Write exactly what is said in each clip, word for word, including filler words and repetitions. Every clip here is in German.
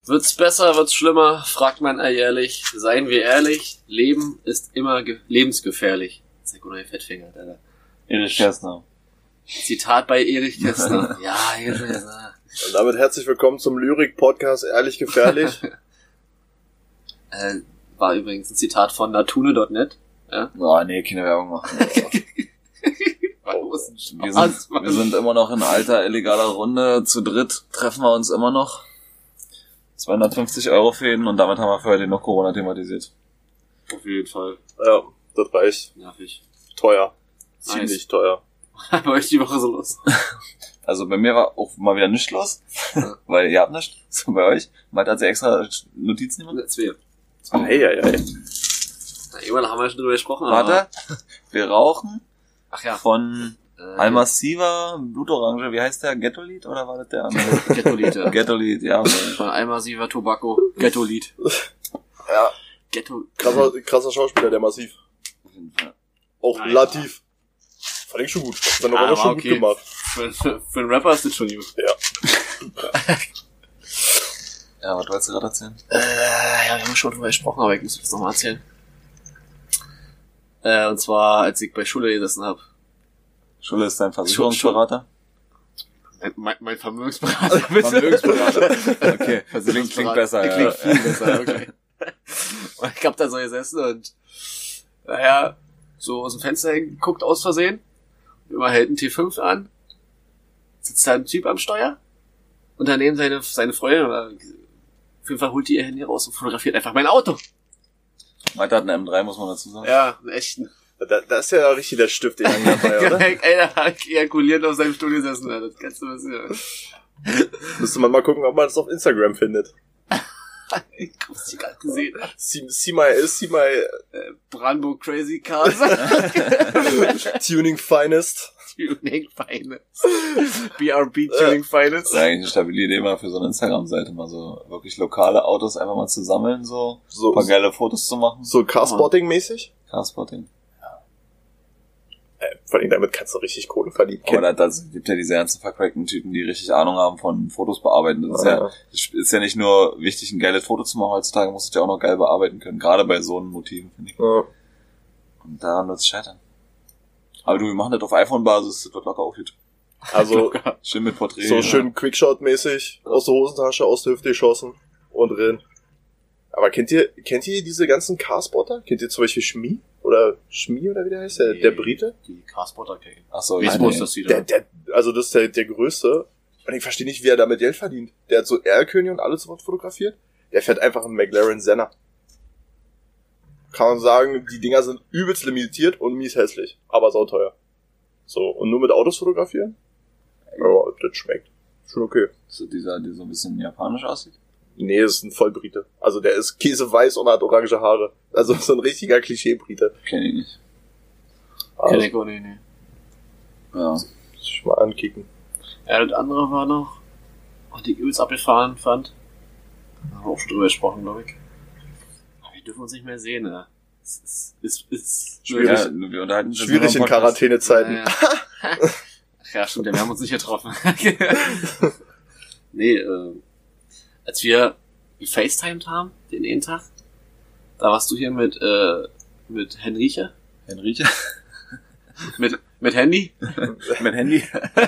Wird's besser, wird's schlimmer, fragt man alljährlich. Seien wir ehrlich, Leben ist immer ge- lebensgefährlich. Das ist der gute Fettfinger, Alter. Erich Kästner. Zitat bei Erich Kästner. Ja, Erich Kästner. Und damit herzlich willkommen zum Lyrik-Podcast Ehrlich Gefährlich. äh, war übrigens ein Zitat von natune Punkt net. Ja? Oh, nee, keine Werbung machen. Oh, ist ein wir, sind, wir sind immer noch in alter, illegaler Runde. Zu dritt treffen wir uns immer noch. zweihundertfünfzig Euro Fäden und damit haben wir für heute noch Corona thematisiert. Auf jeden Fall. Ja, das reicht. Nervig. Teuer. Nice. Ziemlich teuer. Bei euch die Woche so los? Also bei mir war auch mal wieder nichts los, weil ihr habt nichts. So bei euch. Malte hat sich extra Notizen gemacht. Zwei. Ah, hey, hey, hey. Na, irgendwann haben wir schon drüber gesprochen. Warte, wir rauchen Ach ja. von Äh, Almassiva, Blutorange, wie heißt der? Ghetto-Lied oder war das der andere? Ghetto-Lied, ja. Ghetto-Lied, ja. Von Almassiva Tobacco. Ghetto-Lied. Ja, Ghetto. krasser, krasser Schauspieler, der Massiv. Auf jeden Fall. Auch Ah, Lativ. Fand ich schon gut. Seine Ah, Rolle war schon okay. gut gemacht. Für, für, für einen Rapper ist das schon gut. Ja. Ja, was wolltest du gerade erzählen? Äh, ja, wir haben schon drüber gesprochen, aber ich muss das nochmal erzählen. Äh, und zwar, als ich bei Schule gesessen habe. Schule ist dein Versicherungsberater? Mein, mein Vermögensberater, bitte. Vermögensberater. Okay, klingt, klingt besser, ja. Klingt viel besser, okay. Und ich hab da so gesessen und, naja, so aus dem Fenster geguckt aus Versehen. Immer hält ein T fünf an. Sitzt da ein Typ am Steuer. Und daneben seine, seine Freundin, oder, auf jeden Fall holt die ihr Handy raus und fotografiert einfach mein Auto. Malte hat einen M drei, muss man dazu sagen. Ja, einen echten. Da, da ist ja richtig der Stift in dabei, oder? Ey, da hat ejakuliert auf seinem Stuhl gesessen, das kannst du wissen. Müsste man mal gucken, ob man es auf Instagram findet. Ich hab's die gerade gesehen. See, see my, see my Äh, Brandenburg Crazy Cars. Tuning Finest. Tuning Finest. B R B Tuning Finest. Das ist eigentlich eine stabile Idee mal für so eine Instagram-Seite, mal so wirklich lokale Autos einfach mal zu sammeln, so So, ein paar geile Fotos zu machen. so Carspotting-mäßig. Carspotting. Äh, vor allem damit kannst du richtig Kohle verdienen. Aber da, da gibt ja diese ganzen vercrackten Typen, die richtig Ahnung haben von Fotos bearbeiten. Das ist ja, das ist ja nicht nur wichtig, ein geiles Foto zu machen, heutzutage musst du ja auch noch geil bearbeiten können. Gerade bei so einem Motiven, finde ich. Ja. Und daran wird es scheitern. Aber du, wir machen das auf iPhone-Basis, das wird locker auch gut. Also, Schön mit Porträt. so schön Quickshot-mäßig aus der Hosentasche, aus der Hüfte geschossen und drin. Aber kennt ihr, kennt ihr diese ganzen Carspotter? Kennt ihr zum Beispiel Schmi? Oder Schmi, oder wie der heißt? Der, der Brite? Die Carsporter Kegel. Ach so, Wie ja, muss nee. das wieder? Der, der, also das ist der, der größte. Und ich verstehe nicht, wie er damit Geld verdient. Der hat so Erlkönig und alles was fotografiert. Der fährt einfach einen McLaren Senna. Kann man sagen, die Dinger sind übelst limitiert und mies hässlich. Aber sauteuer. So, und nur mit Autos fotografieren? Ja, das schmeckt. Schon okay. So dieser, der so ein bisschen japanisch aussieht. Nee, das ist ein Vollbrite. Also der ist käseweiß und hat orange Haare. Also so ein richtiger Klischee-Brite. Kenn ich nicht. Also, Kenn ich auch nicht, nee. Ja. muss ich mal ankicken. Ja, das andere war noch, was ich übelst abgefahren fand. Da haben wir auch schon drüber gesprochen, glaube ich. Aber wir dürfen uns nicht mehr sehen, ne? Es ist, ist, ist Schwierig. Ja, wir unterhalten uns jetzt Schwierig über in den Podcast. Quarantänezeiten. Ja, ja. Ach ja, stimmt, ja, wir haben uns nicht getroffen. Nee, äh, als wir gefacetimed haben, den einen Tag, da warst du hier mit, äh, mit Henriche, Henriche? mit, mit Handy. Mit Handy?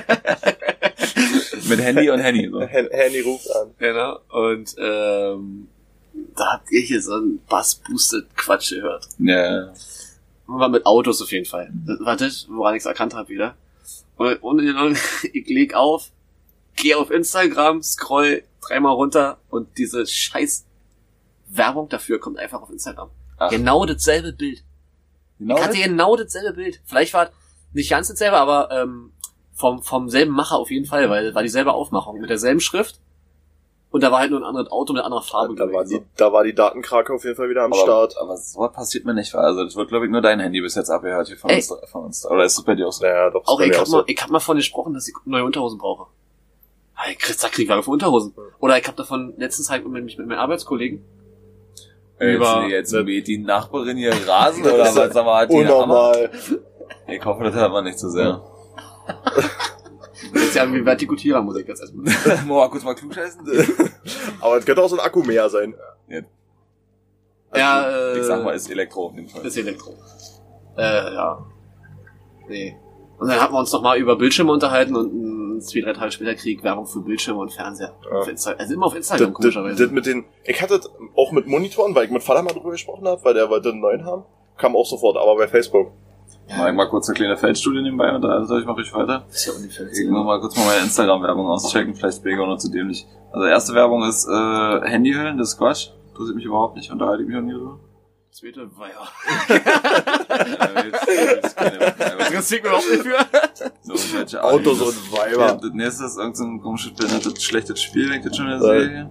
Mit Handy und Handy, so. Hen- Handy ruft an. Genau. Und, ähm, da habt ihr hier so einen Bass-Boosted-Quatsch gehört. Ja. War mit Autos auf jeden Fall. Das war das, woran ich es erkannt habe wieder. Und, und ich leg auf, geh auf Instagram, scroll dreimal runter und diese scheiß Werbung dafür kommt einfach auf Instagram. Ach. Genau dasselbe Bild. Genau Ich hatte das? genau dasselbe Bild. Vielleicht war nicht ganz dasselbe, aber ähm, vom vom selben Macher auf jeden Fall, weil war dieselbe Aufmachung mit derselben Schrift und da war halt nur ein anderes Auto mit anderer Farbe. Da war, gewesen. die, da war die Datenkrake auf jeden Fall wieder am aber, Start. aber so was passiert mir nicht. Also das wird, glaube ich, nur dein Handy bis jetzt abgehört hier von Ey. uns, von uns. Oder ist das bei dir auch so? Naja, doch. ist Auch bei ich mir hab, so. mal, ich hab mal von gesprochen, dass ich neue Unterhosen brauche. Ah, Ich krieg, da krieg ich Werbung für Unterhosen. Oder ich hab davon letztens halt mit, mich mit meinen Arbeitskollegen Äh, über- Jetzt, jetzt mäht die Nachbarin hier Rasen oder was? Sag mal, hat die eine Hammer? Unnormal. Ich hoffe, das hört man nicht zu sehr. jetzt ja wie Vertikutierer muss ich jetzt erstmal. Mal kurz mal klugscheißen. Aber es könnte auch so ein Akku mehr sein. Ja, Also, ja, äh, ich sag mal, ist Elektro auf jeden Fall. Ist Elektro. Äh, ja. Nee. Und dann hatten wir uns nochmal über Bildschirme unterhalten und ein, zwei, drei Tage später krieg Werbung für Bildschirme und Fernseher. Ja. Auf Insta- also immer auf Instagram, Das, komischerweise. das, das mit den, ich hatte das auch mit Monitoren, weil ich mit Vater mal drüber gesprochen habe, weil der wollte einen neuen haben. Kam auch sofort, aber bei Facebook. Mal, mal kurz eine kleine Feldstudie nebenbei und da soll ich mache ich weiter. ist ja ungefähr Ich muss mal kurz mal meine Instagram-Werbung auschecken, vielleicht bin ich auch noch zu dämlich. Also erste Werbung ist äh, Handyhüllen, das ist Quatsch. Interessiert mich überhaupt nicht, unterhalte ich mich auch nie drüber. Zweite war ja. Äh, jetzt- jetzt keine- Das interessiert mich überhaupt nicht für. So irgendwelche Autos Animes. und Weiber. Ja, das nächste ist irgendein so ein komisches, behindertes, schlechtes Spiel, wenn ich das schon wieder Ja. sehe.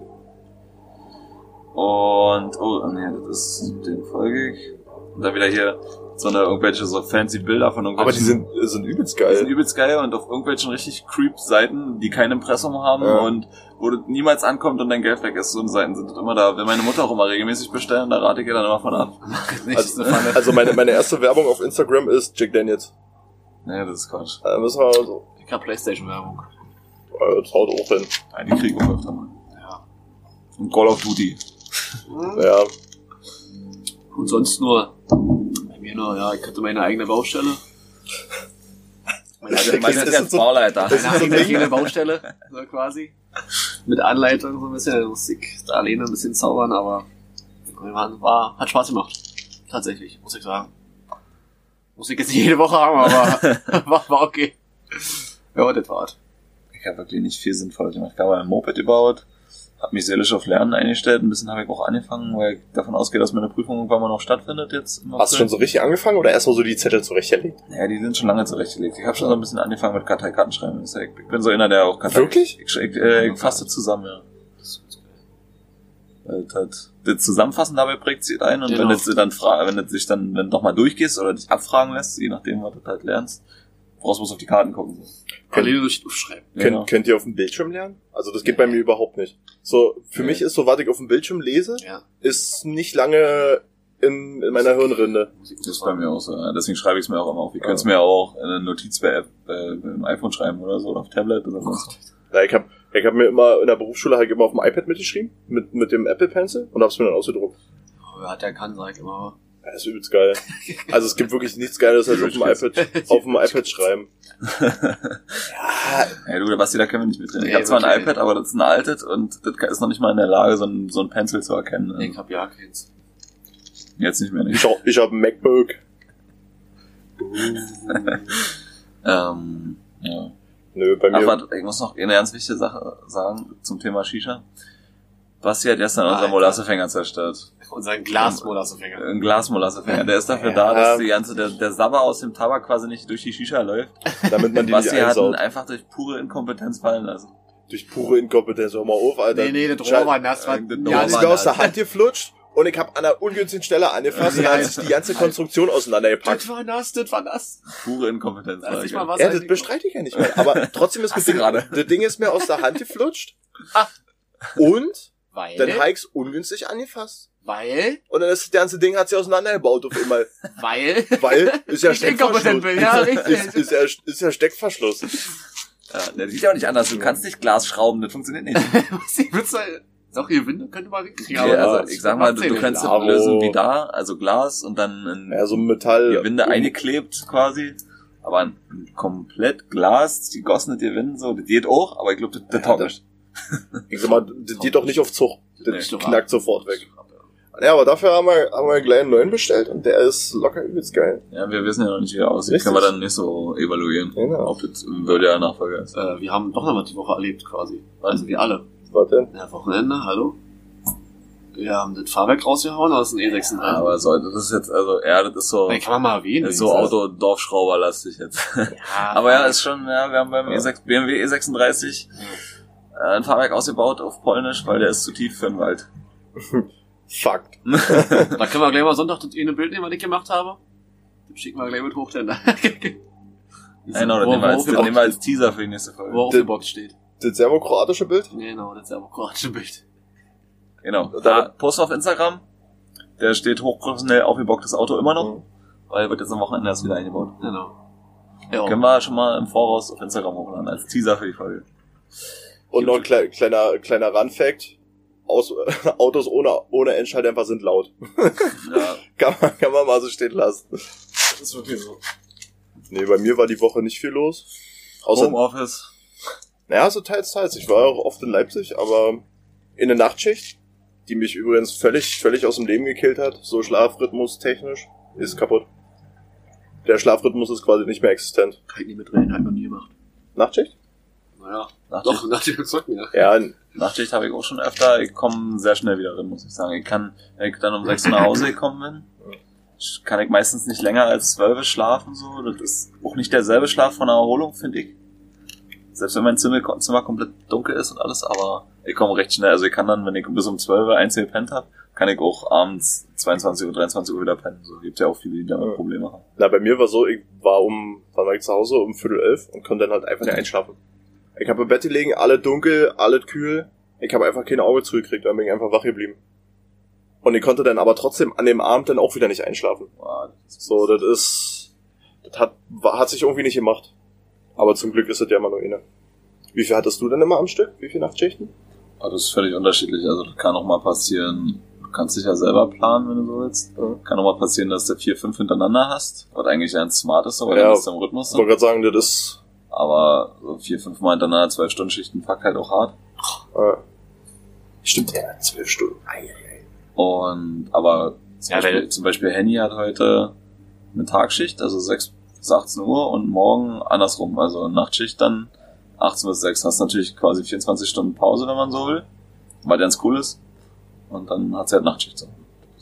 Und, oh, nee, das ist, den folge ich. Und dann wieder hier so eine, irgendwelche so fancy Bilder von irgendwelchen. Aber die sind, sind übelst die sind geil. übelst geil und auf irgendwelchen richtig Creep-Seiten, die kein Impressum haben Ja. und wo das niemals ankommt und dein Geld weg ist. So eine Seiten sind das immer da. Will meine Mutter auch immer regelmäßig bestellen, da rate ich ihr dann immer von ab. Nicht Also, so Pfanne. also meine, meine erste Werbung auf Instagram ist Jack Daniels. Nee, das ist Quatsch. Da müssen wir so, Ich hab Playstation-Werbung. äh, das haut auch hin. Ja, die kriegen wir öfter mal. Ja. Und Call of Duty. Ja. Und sonst nur. Bei mir nur, ja, ich hatte meine eigene Baustelle. Meine, Also, eigene- meine das ist ist jetzt so- Bauleiter. das ist meine so ein eigene Ding. kleine Baustelle, so quasi. Mit Anleitung so ein bisschen, da musste ich da alleine ein bisschen zaubern, aber war, war, hat Spaß gemacht. Tatsächlich, muss ich sagen. Muss ich jetzt nicht jede Woche haben, aber war, war okay. Ja, das war's. Ich habe wirklich nicht viel Sinnvolles gemacht. Ich habe ein Moped gebaut, habe mich seelisch auf Lernen eingestellt. Ein bisschen habe ich auch angefangen, weil ich davon ausgehe, dass meine Prüfung irgendwann mal noch stattfindet jetzt. Im Hast du April. schon so richtig angefangen oder erst mal so die Zettel zurechtgelegt? Ja, die sind schon lange zurechtgelegt. Ich habe schon so ein bisschen angefangen mit Karteikartenschreiben. Ich ich bin so einer, der auch Kartei... Wirklich? Ich, ich, äh, ich fasse zusammen, ja. Weil das, halt, das Zusammenfassen dabei prägt sich ein und Genau. wenn du das dann fra- wenn du dich dann wenn du doch mal durchgehst oder dich abfragen lässt, je nachdem, was du halt lernst, brauchst du bloß auf die Karten gucken. Parallel durchschreiben. Könnt, Ja. könnt ihr auf dem Bildschirm lernen? Also das geht bei mir überhaupt nicht. So, für Nee. mich ist so, was ich auf dem Bildschirm lese, Ja. ist nicht lange in, in meiner Hirnrinde. Das ist bei mir auch so. Ja. Deswegen schreibe ich es mir auch immer auf. Ihr könnt es mir auch in eine Notiz bei App, äh, im iPhone schreiben oder so, oder auf Tablet oder sonst. Ja, ich hab, ich hab mir immer in der Berufsschule halt immer auf dem iPad mitgeschrieben, mit, mit dem Apple Pencil und hab's mir dann ausgedruckt. Oh, hat der kann, sag ich immer. Ja, das ist übelst geil. Also es gibt wirklich nichts Geiles als auf dem iPad, auf dem iPad schreiben. Ja, Ja, du, Basti, da können wir nicht mitreden. Ich Nee, habe zwar ein wirklich. iPad, aber das ist ein altes und das ist noch nicht mal in der Lage, so ein, so ein Pencil zu erkennen. Ich hab ja keins. Jetzt nicht mehr ich nicht. hab, ich hab ein MacBook. Ähm, ja. Nö, bei mir. Ach, warte, ich muss noch eine ganz wichtige Sache sagen zum Thema Shisha. Basti hat gestern unseren Alter. Molassefänger zerstört. Unseren Glasmolassefänger. Ein Glasmolassefänger. Der ist dafür Ja. da, dass die ganze, der, der Sabber aus dem Tabak quasi nicht durch die Shisha läuft. Damit man die Basti nicht hat ihn einsaugt. einfach durch pure Inkompetenz fallen lassen. Durch pure Inkompetenz. Hör mal auf, Alter. Nee, nee, das Scheiße. Rohr war nass. War, Äh, das Ja, Rohr das war ist mir aus nass. der Hand geflutscht und ich habe an einer ungünstigen Stelle angefasst und dann hat sich die ganze Konstruktion auseinandergepackt. das war nass, das war nass. Pure Inkompetenz. Lass dich sag mal ich. was Ja, das bestreite ich ja nicht mehr. Aber trotzdem ist Hast das du Ding, gerade. das Ding ist mir aus der Hand geflutscht. Ah. Und Weil, dann habe ich's ungünstig angefasst. weil, Und dann ist das ganze Ding hat sich auseinandergebaut auf einmal. weil, Weil, ist ja ich inkompetent Steckverschluss. bin, ja, richtig. Ist, ist, ja, ist ja Steckverschluss. Ja, das geht ja auch nicht anders. Du kannst nicht Glas schrauben, das funktioniert nicht. Was, ich will's da, doch, ihr Winde könnte mal hinkriegen, Okay, aber also das ich sag mal, du, macht's du ja könntest nicht. das Aber- lösen wie da, also Glas und dann ein Ja, so ein Metall. Gewinde eingeklebt quasi. Aber ein komplett Glas, die gossene Gewinde, so, das geht auch, aber ich glaube, das, das Ja, taugt das- nicht. Ich sag mal, das geht doch nicht auf Zug. Nee. Das knackt sofort weg. Ja, aber dafür haben wir, haben wir einen kleinen neuen bestellt und der ist locker übelst geil. Ja, wir wissen ja noch nicht, wie er aussieht. Richtig. Können wir dann nicht so evaluieren, Genau. ob das würde ja Nachfolger ist. Äh, wir haben doch noch was die Woche erlebt, quasi. Also, wir alle. Was denn? Ja, Wochenende, hallo? Wir haben das Fahrwerk rausgehauen aus dem E sechsunddreißig. Aber so, das ist jetzt, also, ja, das ist so, Nee, kann man mal erwähnen. das ist so wenigstens. Auto-Dorfschrauberlastig jetzt. Ja, Aber ja, ist schon, ja, wir haben beim Ja. E sechs, B M W E sechsunddreißig äh, ein Fahrwerk ausgebaut auf Polnisch, weil der ist zu tief für den Wald. Fakt. Da können wir gleich mal Sonntag das eine Bild nehmen, was ich gemacht habe. Das schicken wir gleich mit hoch, denn da. Genau, das wo, nehmen wir als, wo, das nehmen wir als Teaser für die nächste Folge. wo auf der Box steht. Das serbokroatische Bild? Genau, das ist aber kroatische Bild. Genau. Da- Da, Post auf Instagram. Der steht hochprofessionell aufgebocktes Auto immer noch, Mhm. weil wird jetzt am Wochenende erst wieder eingebaut. Genau. Ja, Können wir schon mal im Voraus auf Instagram hochladen, als Teaser für die Folge. Und noch ein klei- kleiner, kleiner Run-Fact. Aus, Autos ohne, ohne Endschalldämpfer sind laut. Ja. kann, man, kann man mal so stehen lassen. Das ist wirklich so. Nee, bei mir war die Woche nicht viel los. Außer, Homeoffice. naja, so teils, teils. Ich war auch oft in Leipzig, aber in der Nachtschicht, die mich übrigens völlig, völlig aus dem Leben gekillt hat, so Schlafrhythmus technisch, ist kaputt. Der Schlafrhythmus ist quasi nicht mehr existent. Kann ich nicht mitreden, hab ich noch nie gemacht. Nachtschicht? Naja, Nachtschicht, doch, nach dem Zocken, ja. Ja, Nachtschicht habe ich auch schon öfter. Ich komme sehr schnell wieder drin, muss ich sagen. Ich kann, wenn ich dann um sechs Uhr nach Hause gekommen bin, kann ich meistens nicht länger als zwölf schlafen, so. Das ist auch nicht derselbe Schlaf von der Erholung, finde ich. Selbst wenn mein Zimmer, Zimmer komplett dunkel ist und alles, aber ich komme recht schnell. Also ich kann dann, wenn ich bis um zwölf einzeln gepennt habe, kann ich auch abends zweiundzwanzig Uhr, dreiundzwanzig Uhr wieder pennen. So gibt ja auch viele, die damit Ja. Probleme haben. na, bei mir war so, ich war um, wann war ich zu Hause? Um Viertel elf und konnte dann halt einfach nicht einschlafen. Ich habe im Bett gelegen, alle dunkel, alle kühl. Ich habe einfach kein Auge zugekriegt, dann bin ich einfach wach geblieben. Und ich konnte dann aber trotzdem an dem Abend dann auch wieder nicht einschlafen. Boah, das ist So, das ist, das hat, war, hat sich irgendwie nicht gemacht. Aber zum Glück ist es ja immer nur eine. Wie viel hattest du denn immer am Stück? Wie viele Nachtschichten? Aber das ist völlig unterschiedlich. Also das kann auch mal passieren, du kannst dich ja selber planen, wenn du so willst. Ja. Kann auch mal passieren, dass du vier, fünf hintereinander hast. Was eigentlich ganz smart ist, aber Ja. dann ist du im Rhythmus. Ich wollte gerade sagen, das ist, Aber so vier, fünf Mal hintereinander, zwölf Stunden Schichten, fuck halt auch hart. äh, stimmt, ja, zwölf Stunden. Ei, ei, ei. Und, aber zum, Ja, Beispiel, weil- zum Beispiel Henny hat heute eine Tagschicht, also sechs bis achtzehn Uhr und morgen andersrum, also Nachtschicht dann achtzehn bis sechs. Hast natürlich quasi vierundzwanzig Stunden Pause, wenn man so will, weil ganz cool ist. Und dann hat sie halt Nachtschicht so.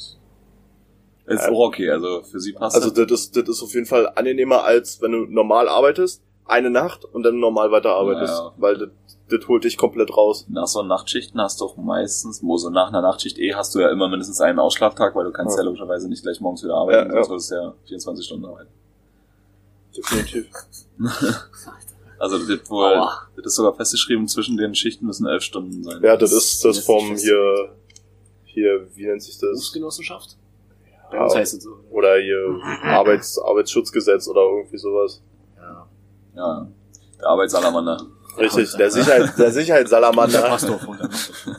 Ist Ja. auch okay, also für sie passt Also das. das ist, das ist auf jeden Fall angenehmer, als wenn du normal arbeitest, eine Nacht und dann normal weiterarbeitest. Ja, ja. Weil das, das holt dich komplett raus. Nach so Nachtschichten hast du auch meistens, wo so nach einer Nachtschicht eh hast du ja immer mindestens einen Ausschlaftag, weil du kannst ja, Ja. ja logischerweise nicht gleich morgens wieder arbeiten, Ja, ja. sonst würdest du ja vierundzwanzig Stunden arbeiten. Definitiv. Also das wird wohl, Aua. das ist sogar festgeschrieben, zwischen den Schichten müssen elf Stunden sein. Ja, das ist das ist vom nicht hier, hier, wie nennt sich das? Berufsgenossenschaft? Bei uns heißt es so. Oder hier Arbeits, Arbeitsschutzgesetz oder irgendwie sowas. Ja. Ja, der Arbeitssalamander. Richtig, der Sicherheit, der Sicherheitssalamander. Passt doch. und dann-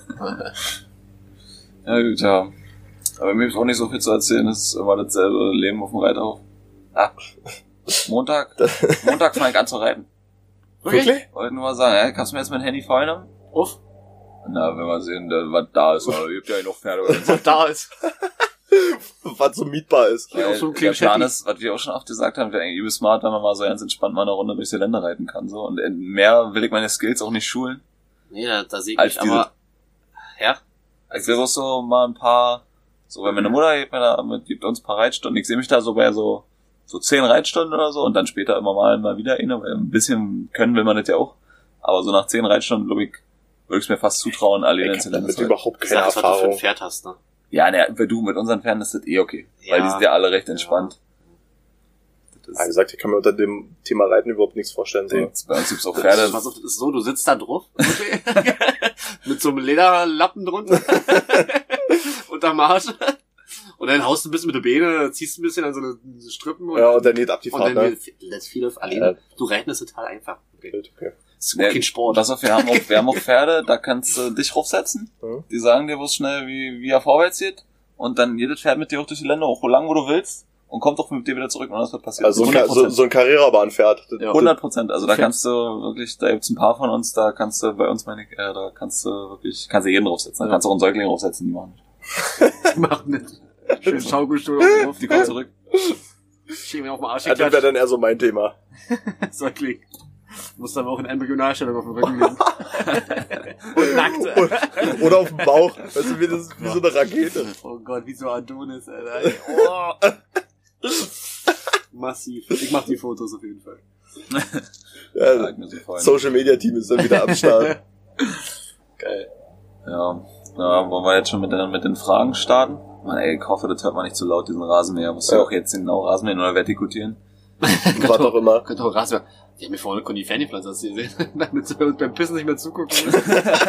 Ja gut, ja. Aber mir ist auch nicht so viel zu erzählen, es ist immer dasselbe Leben auf dem Reiterhof. Ah. Montag, Montag fange ich an zu reiten. Wirklich? Wollte nur mal sagen, ja, kannst du mir jetzt mein Handy vornehmen? Uff, Na, wenn wir sehen, da- was da ist, aber gibt ja noch Pferde. Oder so. was da ist. Was so mietbar ist. Hier auch so ein der kleines Plan Shetty. ist, was wir auch schon oft gesagt haben, wäre eigentlich übel smart, wenn man mal so ganz entspannt mal eine Runde durchs Gelände reiten kann. So. Und mehr will ich meine Skills auch nicht schulen. Nee, da, da sehe ich Als nicht, aber... Ja? Ich will auch so mal ein paar, so wenn meine Mutter gibt, mir da, mit, gibt uns ein paar Reitstunden. Ich sehe mich da so bei so, so zehn Reitstunden oder so und dann später immer mal, mal wieder eine, weil ein bisschen können will man das ja auch. Aber so nach zehn Reitstunden, glaube ich, würde ich es mir fast zutrauen, alle Ich ins hab Gelände damit zu reiten. überhaupt Ich keine sag, was du für ein Erfahrung. Pferd hast, ne? Ja, ne, weil du mit unseren Pferden ist das eh okay. Ja. Weil die sind ja alle recht entspannt. Das Wie ist, gesagt, ich kann mir unter dem Thema Reiten überhaupt nichts vorstellen. So. bei uns gibt's auch Pferde. Pass auf, das ist so, du sitzt da drauf, okay? Mit so einem Lederlappen drunter. Unterm Arsch. Und dann haust du ein bisschen mit der Beine, ziehst ein bisschen an so eine diese Strippen. Und, Ja, und dann geht ab die und Fahrt, dann ne? wird das viel auf alleine. Ja. Du reiten ist total einfach. Okay. Okay. Das ist Ja, kein Sport. Pass auf, wir haben auch, wir haben auch Pferde, da kannst du dich raufsetzen. Mhm. Die sagen dir, wo es schnell, wie, wie er vorwärts geht. Und dann jedes Pferd mit dir auch durch die Länder, auch wo lang, wo du willst. Und kommt auch mit dir wieder zurück und das wird passieren. Also so ein, Ka- so, so ein Carrera-Bahnpferd. Ja. hundert Prozent. Also da Okay. kannst du wirklich, da gibt's ein paar von uns, da kannst du bei uns, meine ich, äh, da kannst du wirklich, kannst du jeden draufsetzen. Da Ja. kannst du auch einen Säugling draufsetzen, die machen. Die machen nicht. Schön Schaukelstuhl auf Die kommen zurück. Schieben mir auf den Arsch Ja, das wäre geklatscht. dann eher so mein Thema. So klingt. Muss aber auch in Embryonalstellung auf dem Rücken liegen. Und nackt. Und, oder auf dem Bauch. Weißt du, wie, das, wie so eine Rakete. Oh Gott, wie so Adonis, Alter. Oh. Massiv. Ich mach die Fotos auf jeden Fall. Ja, Ja, ich mir so freuen. Social Media Team ist dann wieder am Start. Geil. Ja, ja, wollen wir jetzt schon mit den, mit den Fragen starten? Mann, ey, ich hoffe, das hört man nicht zu laut, diesen Rasenmäher. Musst du Ja. auch jetzt den genau Rasenmähen oder vertikutieren? Was auch immer. Könnte auch Rasen. Die haben mir vorne Konifernipflanze, hast du gesehen? Damit wir uns beim Pissen nicht mehr zugucken müssen.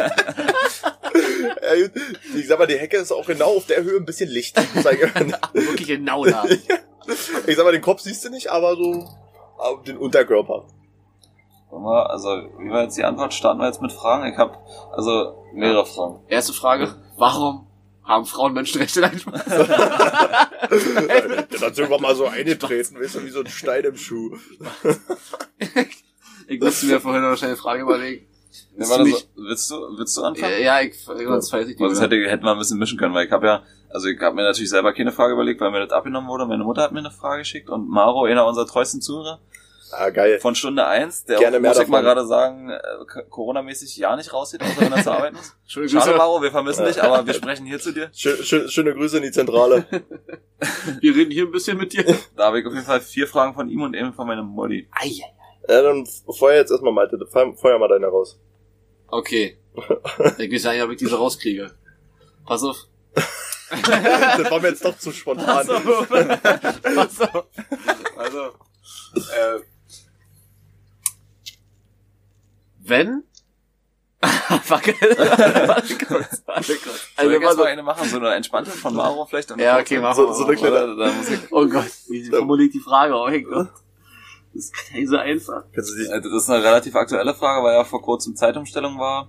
Ja, gut. Ich sag mal, die Hecke ist auch genau auf der Höhe ein bisschen Licht. Sag ich Wirklich genau da. Ich sag mal, den Kopf siehst du nicht, aber so aber den Unterkörper. Wollen wir, also, wie war jetzt die Antwort? Starten wir jetzt mit Fragen? Ich habe also mehrere Fragen. Erste Frage, warum haben Frauen Menschenrechte? Nein, Spaß. Der hat irgendwann mal so eingetreten, weißt du, wie so ein Stein im Schuh. Ich musste mir vorhin noch schnell eine Frage überlegen. Ja, war das so, willst du, willst du anfangen? Ja, ich, sonst weiß ich nicht. Das hätte, hätten wir ein bisschen mischen können, weil ich habe ja, also ich habe mir natürlich selber keine Frage überlegt, weil mir das abgenommen wurde. Meine Mutter hat mir eine Frage geschickt und Maro, einer unserer treuesten Zuhörer, Ah, geil. von Stunde eins, der Gerne auch, mehr muss ich mal davon. gerade sagen, äh, Corona-mäßig ja nicht raussieht, außer wenn er zur Arbeit muss. Schöne Schade, Grüße. Maro, wir vermissen dich, aber wir sprechen hier zu dir. Schön, schön, schöne Grüße in die Zentrale. Wir reden hier ein bisschen mit dir. Da habe ich auf jeden Fall vier Fragen von ihm und eben von meiner Mutti. Eieiei. Ja, dann feuer jetzt erstmal Malte, feuer, feuer mal deine raus. Okay. Ich weiß nicht, ob ich diese rauskriege. Pass auf. Das war mir jetzt doch zu spontan. Pass auf. Pass auf. Also, äh, wenn... Warte kurz, warte kurz. Soll Also, ich pass erst mal auf. eine machen, so eine entspannte von Maro vielleicht? Ja, okay, mach So, mal. so eine kleine, Oder, da muss ich, Oh Gott, wie formuliert die Frage? Oh mein Gott. Das ist gar nicht so einfach. kannst du die, das ist eine relativ aktuelle Frage, weil ja vor kurzem Zeitumstellung war.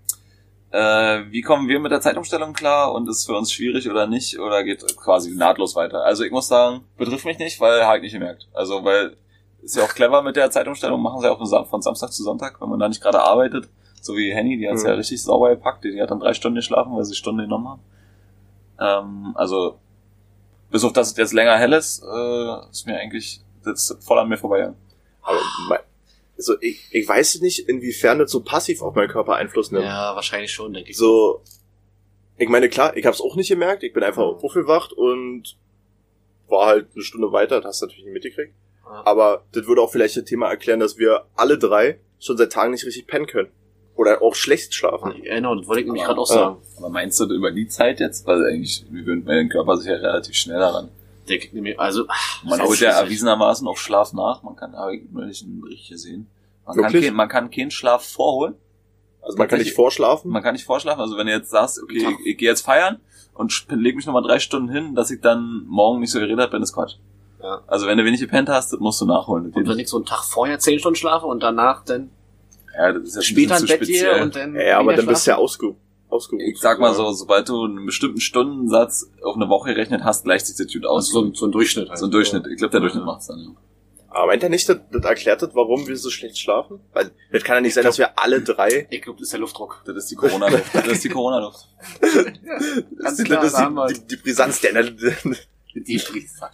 Äh, wie kommen wir mit der Zeitumstellung klar und ist es für uns schwierig oder nicht oder geht quasi nahtlos weiter? Also ich muss sagen, betrifft mich nicht, weil habe ich nicht gemerkt. Also weil ist ja auch clever mit der Zeitumstellung, machen sie auch von Samstag zu Sonntag, wenn man da nicht gerade arbeitet. So wie Henny, die hat's Mhm. ja richtig sauber gepackt, die, die hat dann drei Stunden geschlafen, weil sie Stunde genommen haben. Ähm, also bis auf dass es jetzt länger hell ist, äh, ist mir eigentlich das ist voll an mir vorbei. aber, mein- also ich, ich weiß nicht, inwiefern das so passiv auf meinen Körper Einfluss nimmt. Ja, wahrscheinlich schon, denke ich. So, ich meine, klar, ich hab's auch nicht gemerkt, ich bin einfach aufgewacht und war halt eine Stunde weiter, das hast du natürlich nicht mitgekriegt. Ja. Aber das würde auch vielleicht das Thema erklären, dass wir alle drei schon seit Tagen nicht richtig pennen können. Oder auch schlecht schlafen. Ja, genau, das wollte ich nämlich Aber- gerade auch sagen. Aber meinst du über die Zeit jetzt? Weil eigentlich gewöhnt man den Körper sich ja relativ schnell daran. Denke ich nämlich, also, ach, Man das holt ist ja schwierig. erwiesenermaßen auch Schlaf nach. Man kann, habe ich neulich einen Bericht gesehen. Man kann, Wirklich? kein, man kann keinen Schlaf vorholen. Also man kann nicht vorschlafen. Man kann nicht vorschlafen. Also wenn du jetzt sagst, okay, ich, ich gehe jetzt feiern und sp- leg mich nochmal drei Stunden hin, dass ich dann morgen nicht so geredet bin, ist Quatsch. Ja. Also wenn du wenig gepennt hast, das musst du nachholen. Das Und geht wenn nicht. ich so einen Tag vorher zehn Stunden schlafe und danach dann Ja, das ist ja später ein ins bisschen Bett zu gehe speziell. und dann Ja, aber wieder dann bist du ja schlafen. ausgeruht. ausgeruht. Ich sag mal so, sobald du einen bestimmten Stundensatz auf eine Woche gerechnet hast, gleicht sich das gut aus. Also so, ein- so ein Durchschnitt halt. So ein Durchschnitt. Ich glaube, der Durchschnitt macht's dann, ja. Aber meint er nicht, das, das erklärt das, warum wir so schlecht schlafen? Weil das kann ja nicht sein, dass wir alle drei... Ich glaube, das ist der Luftdruck. Das ist die Corona-Luft. Das ist die Corona-Luft. Ganz das, klar, das da haben wir ist die, die, die Brisanz der... die Brisanz.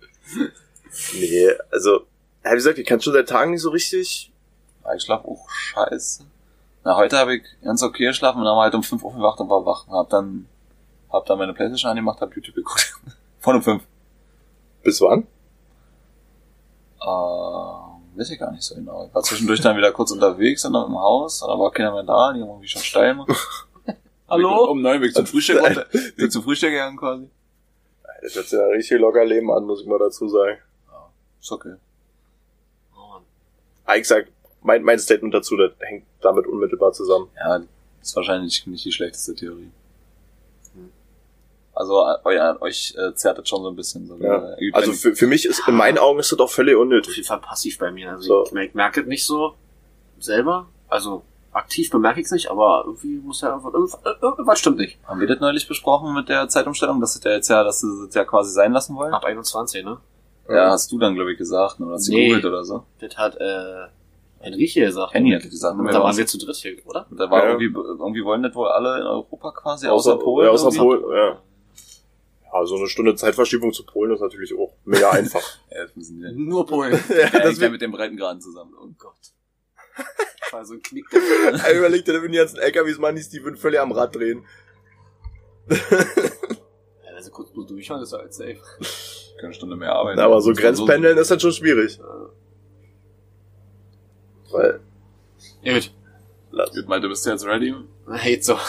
Nee, also... Ja, wie gesagt, ich kann schon seit Tagen nicht so richtig... Ja, ich schlaf auch scheiße. Na, heute habe ich ganz okay geschlafen und dann war halt um fünf aufgewacht und war wach. Und hab dann, hab dann meine Playstation angemacht, hab YouTube geguckt. Von um fünf. Bis wann? Äh, weiß ich gar nicht so genau. Ich war zwischendurch dann wieder kurz unterwegs und dann im Haus, und da war keiner mehr da, die haben irgendwie schon steil gemacht. Hallo? Um neun bin ich zum Frühstück runter, bin ich zum Frühstück gegangen quasi. Das hört sich ja richtig locker Leben an, muss ich mal dazu sagen. Ist okay. Oh Mann. Ah, ich sag, mein, mein Statement dazu, das hängt damit unmittelbar zusammen. Ja, das ist wahrscheinlich nicht die schlechteste Theorie. Also an, eu- an euch äh, zerrt das schon so ein bisschen. So Ja. äh, Also für, für mich ist, in meinen Augen ist das doch völlig Auf unnötig. jeden Fall passiv bei mir. Also So. ich, merke, merke es nicht so selber. Also aktiv bemerke ich es nicht, aber irgendwie muss ja irgendwas, irgendwas, irgendwas stimmt nicht. haben wir das neulich besprochen mit der Zeitumstellung, dass das ja jetzt ja, dass sie das ja quasi sein lassen wollen? Ab einundzwanzig, ne? Ja, hast du dann, glaube ich, gesagt, ne? Oder hast du Nee. gegoogelt oder so? Das hat äh, Enrique gesagt. Henny hat gesagt. Und Ne? da waren wir zu dritt hier, oder? Und da war Ja. irgendwie, irgendwie wollen das wohl alle in Europa quasi, Außer- außer, Polen. ja, außer irgendwie. Polen. Ja. Ja, so eine Stunde Zeitverschiebung zu Polen ist natürlich auch mega einfach. Ja, das müssen wir. Nur Polen. ja, Ja, das hängt ja wird, mit dem Breitengraden zusammen. Oh Gott. Das war so ein Knick. er überlegt, da würden die ganzen L K Ws machen, die würden völlig am Rad drehen. Ja, also kurz bloß durchfahren ist ja halt safe. Keine Stunde mehr arbeiten. Aber so Muss man Grenzpendeln ist dann schon schwierig. Weil, Ja gut. lass. Gut, Malte, bist du jetzt ready? Hate so.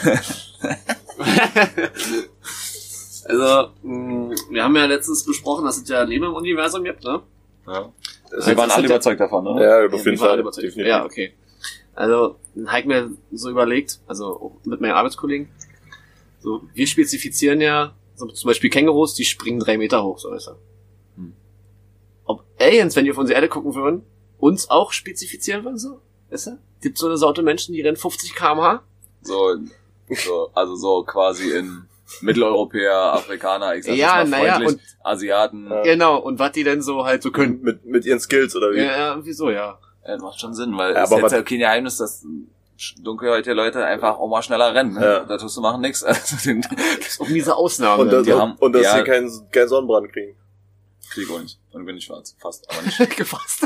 Also, mh, wir haben ja letztens besprochen, dass es ja Leben im Universum gibt, ne? Ja. Das Wir waren ist alle ja- überzeugt davon, ne? Ja, auf Ja, jeden wir waren Fall. überzeugt. Definitiv. Ja, okay. Also, dann habe ich mir so überlegt, also auch mit meinen Arbeitskollegen, so, wir spezifizieren ja, so zum Beispiel Kängurus, die springen drei Meter hoch, so weißt du. Hm. Ob Aliens, wenn die auf unsere Erde gucken würden, uns auch spezifizieren wollen, so? Weißt du? Gibt so eine Sorte Menschen, die rennen fünfzig Kilometer pro Stunde? So, so, also so quasi in Mitteleuropäer, Afrikaner, ich sag Ja, jetzt mal naja, freundlich, und- Asiaten. Ja. Genau, und was die denn so halt so können. Mit, mit ihren Skills, oder wie? Ja, ja, wieso, ja. Ja, macht schon Sinn, weil Ja, es ist aber jetzt was- ja kein Geheimnis, dass dunkelhäutige Leute einfach auch mal schneller rennen. Ne? Ja. Da tust du machen nix. Also den Das ist auch miese Ausnahme. Und, das, die und, haben- und dass ja. sie keinen keinen Sonnenbrand kriegen. krieg ich auch nicht. Und bin ich schwarz. Fast, aber nicht. gefasst.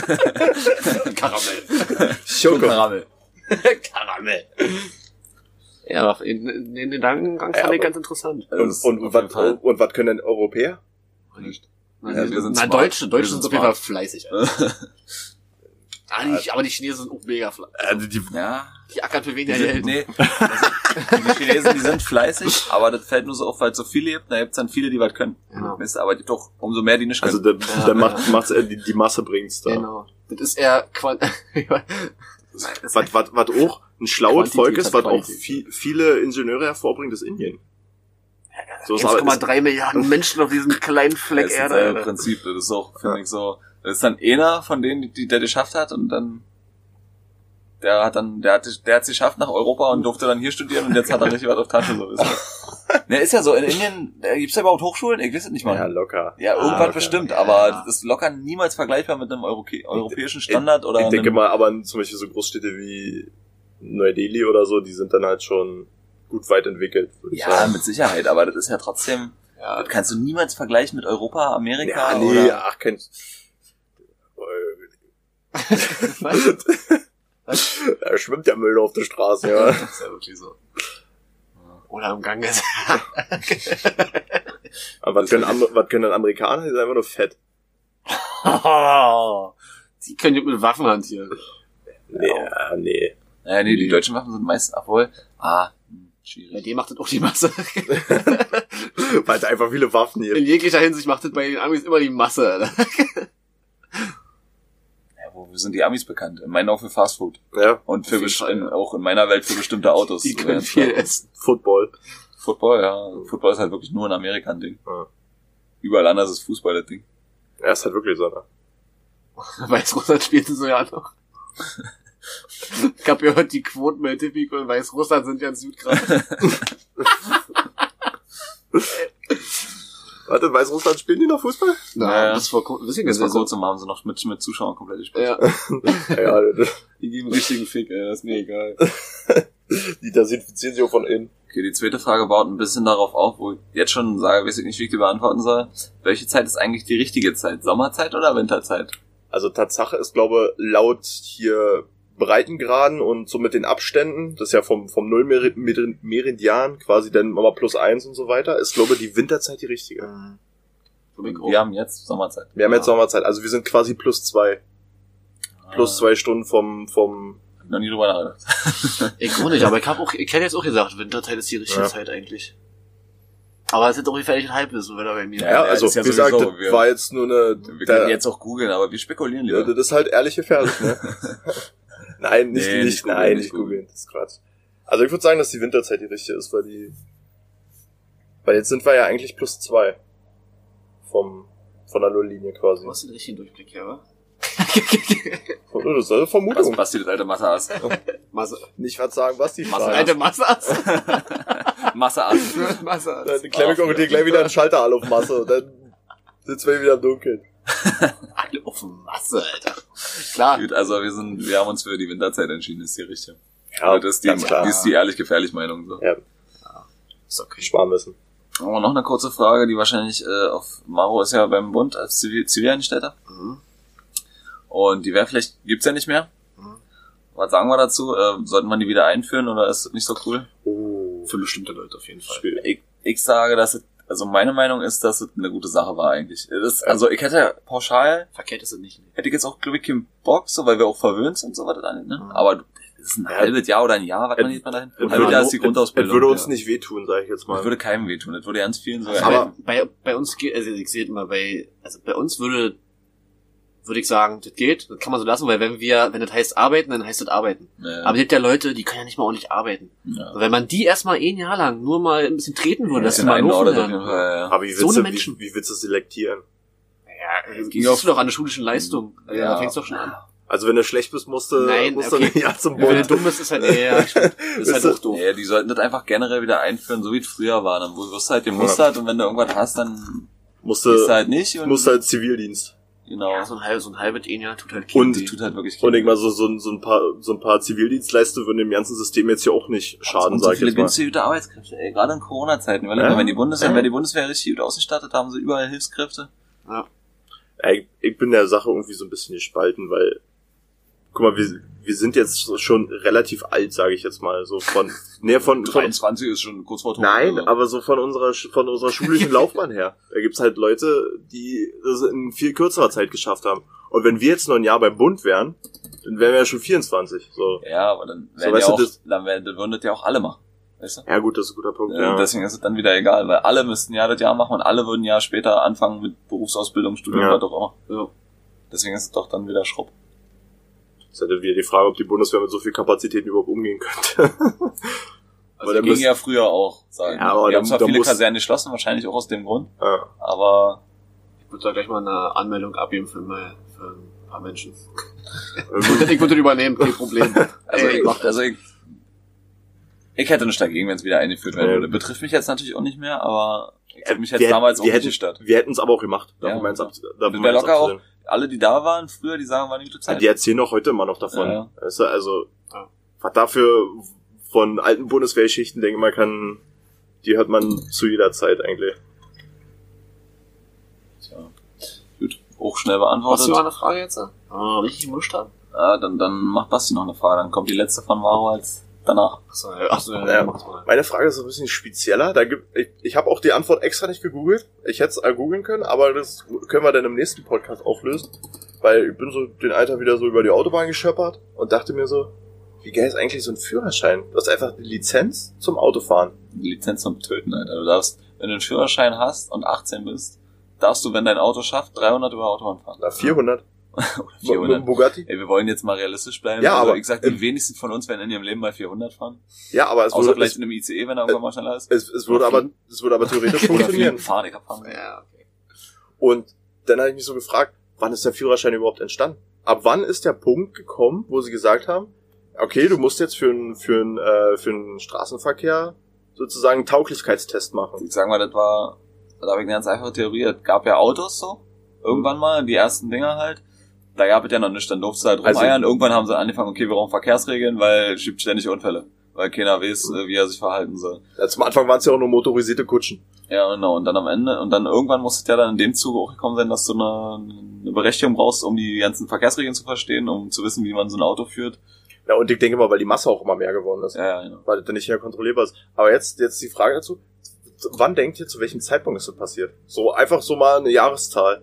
Karamell. Schoko. Karamell. Karamell. Ja, aber in, in den Gedankengang Ja, fand ich aber- ganz interessant. Das Und, ist und, auf jeden was, Fall- und was können denn Europäer? Nicht. Ja, Na, wir sind na smart. Deutsche, Deutsche Wir sind sind auf jeden Fall smart. fleißig. Alter. Ah, die, aber die Chinesen sind auch mega fleißig. Also die, Ja. Die ackern für wen Die ja sind, Geld. nee, also, die Chinesen, die sind fleißig, aber das fällt nur so auf, weil es so viele gibt. Da gibt's dann viele, die was können. Genau. Weißt du, aber die doch umso mehr, die nicht können. also der, Ja, der ja. macht, macht's, äh, die, die Masse bringt's da. Genau. Das ist eher Quant Was, was, was auch ein schlaues Quantität Volk ist, hat was auch Qualität. viel, viele Ingenieure hervorbringt, ist Indien. So ist eins aber, Komma ist, drei Milliarden Menschen auf diesem kleinen Fleck das ist Erde. das Alter. Prinzip. Das ist auch, finde Ja. ich so, das ist dann einer von denen, die, die der geschafft hat und dann der hat dann, der hat, der hat's geschafft nach Europa und durfte dann hier studieren und jetzt hat er richtig was auf Tasche, so ist das. Ne, ist ja so, in Indien, äh, gibt's da überhaupt Hochschulen? Ich weiß es nicht mal. ja, locker. Ja, irgendwas Ah, okay. bestimmt, Ja. aber das ist locker niemals vergleichbar mit einem Eurokä- europäischen Standard oder Ich denke einem, mal, aber zum Beispiel so Großstädte wie Neu-Delhi oder so, die sind dann halt schon gut weit entwickelt, würde ich ja, sagen. mit Sicherheit, aber das ist ja trotzdem, Ja, das kannst du niemals vergleichen mit Europa, Amerika Ja, nee, oder... ach, kein... Was? Da schwimmt ja Müll auf der Straße, ja. das ist ja wirklich so. Oder am Gang ist. Aber was können, Am- was können dann Amerikaner? Die sind einfach nur fett. Die können ja mit Waffen hantieren. Nee, ja, nee. Naja, nee, die deutschen Waffen sind meistens, obwohl, ah, hm, Bei schwierig. dem macht das auch die Masse. Weil es einfach viele Waffen hier. In jeglicher Hinsicht macht das bei den Amis immer die Masse, Alter. Ja, wofür sind die Amis bekannt? In meinen auch für Fastfood. Ja, Und für Auf jeden best- Fall, in, ja. auch in meiner Welt für bestimmte Autos. Die können Ja, viel klar. essen. Football. Football, ja. Football ist halt wirklich nur ein Amerika ein Ding. Ja. Überall anders ist Fußball das Ding. Ja, ist halt wirklich so, ne? Weißrussland spielt so ja noch. Ich hab gehört, die Quoten bei Tipico in Weißrussland sind ja in Südgrad. Warte, in Weißrussland spielen die noch Fußball? Ja, ja. das vor kurzem, bisschen Das war gesehen. kurz und haben sie noch mit, mit Zuschauern komplett gespielt. Ja, Ja, ja, die geben richtigen Fick, ey, das ist mir egal. die desinfizieren sich auch von innen. Okay, die zweite Frage baut ein bisschen darauf auf, wo ich jetzt schon sage, weiß ich nicht, wie ich die beantworten soll. Welche Zeit ist eigentlich die richtige Zeit? Sommerzeit oder Winterzeit? Also Tatsache ist, glaube laut hier Breitengraden und so mit den Abständen, das ist ja vom, vom Nullmeridian quasi dann mal plus eins und so weiter, ist, glaube die Winterzeit die richtige. Wir haben jetzt Sommerzeit. Wir haben Ja. jetzt Sommerzeit, also wir sind quasi plus zwei. Plus zwei Stunden vom, vom, Hab noch nie drüber nachgedacht. Ich auch nicht, aber ich hab auch, ich hätte jetzt auch gesagt, Winterzeit ist die richtige Ja. Zeit eigentlich. Aber es ist auch gefährlich ein Halbwissen, wenn er bei mir. ja, Ja, also, ist ja wie gesagt, sowieso, das wir- war jetzt nur eine, Wir da- können jetzt auch googeln, aber wir spekulieren ja, lieber. das ist halt ehrlich gefährlich, ne? Nein, nicht, Nee, nicht, nicht googeln, nein, nicht nicht googeln, das ist Quatsch. Also ich würde sagen, dass die Winterzeit die richtige ist, weil die, weil jetzt sind wir ja eigentlich plus zwei. Vom, von der Nulllinie quasi. Du hast den richtigen Durchblick, ja, wa? Oh, das ist eine Was Vermutung. Basti, das alte Masse ass. Masse. Nicht was sagen, was die Masse, Frage. Alte Masse. Masse ass. Masse. Dann klemme ich auch dir gleich wieder einen Schalter alle auf Masse und dann sitzen wir wieder im Dunkeln. Alle auf Masse, Alter. Klar. Gut, also wir sind, wir haben uns für die Winterzeit entschieden, ist die richtige. Ja, das ist die, ganz klar. die ist die ehrlich gefährlich Meinung, so. Ja, Ist okay. sparen müssen. Aber noch eine kurze Frage, die wahrscheinlich äh, auf Maro ist ja beim Bund als Zivil Zivilangestellter. Mhm. Und die Wehrpflicht gibt's ja nicht mehr. Mhm. Was sagen wir dazu? Äh, sollten wir die wieder einführen oder ist das nicht so cool? Oh, Für bestimmte Leute auf jeden Fall. schwierig. Ich, ich sage, dass es, also meine Meinung ist, dass es eine gute Sache war eigentlich. Das, also ich hätte pauschal, Verkehrt ist es nicht. Ne? hätte ich jetzt auch, glaube ich, keinen Bock, so, weil wir auch verwöhnt sind, so was das angeht, ne? Mhm. Aber das ist ein Ja. halbes Jahr oder ein Jahr, was Es- man geht man dahin? es Ein halbes würde- Jahr ist die Es Grundausbildung. würde uns ja. nicht wehtun, sage ich jetzt mal. Das würde keinem wehtun, das würde ganz vielen so Aber- erhelfen. bei, bei uns geht, also ich sehe immer bei, also bei uns würde, würde ich sagen, das geht, das kann man so lassen, weil wenn wir, wenn das heißt arbeiten, dann heißt das arbeiten. Ja, Aber es gibt ja Leute, die können ja nicht mal ordentlich arbeiten. ja. Und wenn man die erstmal ein Jahr lang nur mal ein bisschen treten würde, dass sie Bisschen mal laufen einordnet auf jeden lernen. Fall, ja. Aber wie So willst, eine du, Menschen. wie, wie willst du selektieren? Ja, es ging auch doch an der schulischen Leistung. Also, Ja. Da fängt's doch schon an. Also wenn du schlecht bist, musst du, Nein, musst okay. du nicht zum Wenn du Bund. dumm bist, ist halt, ja, ist halt auch doof. Nee, die sollten das einfach generell wieder einführen, so wie es früher war. Dann wirst du halt gemustert und wenn du irgendwas hast, dann Musst gehst du du, halt nicht. Und musst halt Zivildienst. genau. Ja, so ein halbes, so ein halbes Jahr tut halt Und- Die tut halt wirklich Und ich mal so, so, ein- so ein paar, so ein paar Zivildienstleister würden dem ganzen System jetzt hier auch nicht schaden, und so sag ich viele jetzt mal. günstige gute Arbeitskräfte, ey, gerade in Corona-Zeiten. Weil Ja. wenn die Bundeswehr, Ja. wenn die Bundeswehr richtig gut ausgestattet, haben sie überall Hilfskräfte. Ja. Ja, ich, ich bin der Sache irgendwie so ein bisschen gespalten, weil, guck mal, wir, wir sind jetzt schon relativ alt, sage ich jetzt mal, so von, nee, von, von dreiundzwanzig ist schon kurz vor Tod. nein, also. aber so von unserer, Sch- von unserer schulischen Laufbahn her. Da gibt's halt Leute, die das in viel kürzerer Zeit geschafft haben. Und wenn wir jetzt noch ein Jahr beim Bund wären, dann wären wir ja schon vierundzwanzig, so. Ja, aber dann So, werden weißt ja du, auch, das- dann werden, dann würden das ja auch alle machen. Weißt du? Ja gut, das ist ein guter Punkt, Ja. ja. Deswegen ist es dann wieder egal, weil alle müssten ja das Jahr machen und alle würden ja später anfangen mit Berufsausbildung, Studium, Ja. was auch immer. Ja. Deswegen ist es doch dann wieder Schrupp. Das ist halt wieder die Frage, ob die Bundeswehr mit so viel Kapazitäten überhaupt umgehen könnte. Also dann ging müsst- ja früher auch, sagen. Ja, aber wir dann- haben zwar dann viele muss- Kasernen geschlossen, wahrscheinlich auch aus dem Grund, ja. aber Ich würde da gleich mal eine Anmeldung abgeben für, mal, für ein paar Menschen. Ich würde, ich würde das übernehmen, kein Problem. also, Ey, ich, mach das. also ich, ich hätte nichts dagegen, wenn es wieder eingeführt werden Ja. würde. Betrifft mich jetzt natürlich auch nicht mehr, aber ich Äh, mich jetzt wir damals hätten- auch wir nicht hätten, gestört. Wir hätten es aber auch gemacht. Ja, Davon meins ab, ja. davon Das meins wäre locker auch, abzusehen. alle, die da waren früher, die sagen, war eine gute Ja, Zeit. die erzählen auch heute immer noch davon. Ja, ja. Weißt du, also, Ja. was dafür von alten Bundeswehrschichten, denke ich mal, kann, die hört man zu jeder Zeit eigentlich. Tja. Gut, auch schnell Was beantwortet. du noch eine Frage jetzt? Ah, richtig gemuscht haben? Ja, dann, dann macht Basti noch eine Frage, dann kommt die letzte von Maro als danach. Achso, ja, achso, ja, Ja. mach's mal. Meine Frage ist ein bisschen spezieller. Da gibt, ich, ich habe auch die Antwort extra nicht gegoogelt. Ich hätte es googeln können, aber das können wir dann im nächsten Podcast auflösen. Weil ich bin so den Alter wieder so über die Autobahn gescheppert und dachte mir so, wie geil ist eigentlich so ein Führerschein? Du hast einfach die Lizenz zum Autofahren. Die Lizenz zum Töten, Alter. Du darfst, wenn du einen Führerschein hast und achtzehn bist, darfst du, wenn dein Auto schafft, dreihundert über Autobahn fahren. Na, vierhundert. Oder Mit dem vierhundert. Bugatti. Ey, wir wollen jetzt mal realistisch bleiben. Ja, also, aber- ich sag, die wenigsten von uns werden in ihrem Leben mal vierhundert fahren. Ja, aber es Außer würde, vielleicht es, in einem I C E, wenn er irgendwann mal schneller ist. es, es würde aber, es würde aber theoretisch Oder funktionieren. fliegen, fahren, ich hab fahren. Ja, okay. Und dann habe ich mich so gefragt, wann ist der Führerschein überhaupt entstanden? Ab wann ist der Punkt gekommen, wo sie gesagt haben, okay, du musst jetzt für einen für einen, äh, für einen Straßenverkehr sozusagen einen Tauglichkeitstest machen. Ich sag mal, das war, da habe ich eine ganz einfache Theorie. Es gab ja Autos so, irgendwann mal, die ersten Dinger halt. Da gab es ja noch nichts, dann durfte es halt Also- rumeiern. Irgendwann haben sie angefangen, okay, wir brauchen Verkehrsregeln, weil es gibt ständig Unfälle. Weil keiner weiß, äh, wie er sich verhalten soll. Ja, zum Anfang waren es ja auch nur motorisierte Kutschen. Ja, genau. Und dann am Ende, und dann irgendwann muss es ja dann in dem Zuge auch gekommen sein, dass du eine, eine Berechtigung brauchst, um die ganzen Verkehrsregeln zu verstehen, um zu wissen, wie man so ein Auto führt. Ja, und ich denke mal, weil die Masse auch immer mehr geworden ist. Ja, ja, genau. Weil das dann nicht mehr kontrollierbar ist. Aber jetzt, jetzt die Frage dazu, wann denkt ihr, zu welchem Zeitpunkt ist das passiert? So einfach so mal eine Jahreszahl.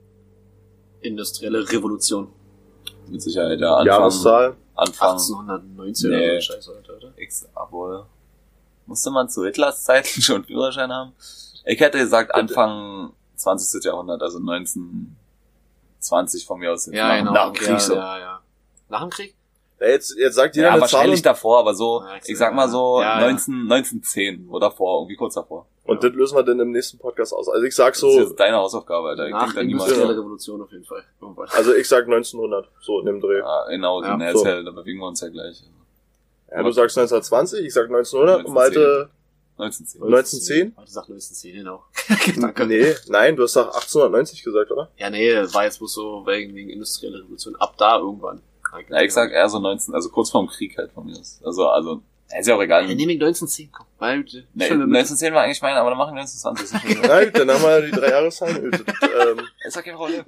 Industrielle Revolution. Mit Sicherheit, ja. Anfang, Jahreszahl. Anfang. achtzehnhundertneunzehn Nee. oder so ein Scheiß, Alter. X, obwohl. Musste man zu Hitlers Zeiten schon einen Führerschein haben? Ich hätte gesagt Anfang zwanzigsten Jahrhundert, also neunzehnhundertzwanzig von mir aus. Ja, nach, genau. Nach dem Krieg ja, so. Ja, ja. Nach dem Krieg? Ja, jetzt, jetzt sagt jeder Ja, eine Zahl wahrscheinlich und, davor, aber so, Ja, ich sag mal so ja, ja. neunzehn, neunzehnhundert oder davor, irgendwie kurz davor. und das lösen wir dann im nächsten Podcast aus. Also ich sag Das ist so, jetzt deine Hausaufgabe, Alter. Ich Nach denk da niemals. industrielle Ja, Revolution auf jeden Fall. Irgendwann. also ich sag neunzehnhundert, so in dem Dreh. genau, Ja, ja, so. ja, da bewegen wir uns ja gleich. Ja, du sagst neunzehnhundertzwanzig, ich sag neunzehnhundert und Malte neunzehnzehn. neunzehnhundertzehn? Heute sagt neunzehnhundertzehn, genau. Danke. Nee, nein, du hast doch achtzehnhundertneunzig gesagt, oder? Ja, nee, das war jetzt bloß so wegen wegen industrielle Revolution. Ab da irgendwann. Ja, ich sag eher so neunzehn, also kurz vorm Krieg halt von mir aus. Also, also, ja, ist ja auch egal. Ja, nehme ich neunzehnhundert zehn, komm. Weil, Nee, schön, wenn- neunzehnhundert zehn war eigentlich mein, aber dann machen wir neunzehnhundertzwanzig. Na gut, dann haben wir die drei Jahreszahlen. ähm, Ist doch keine Rolle.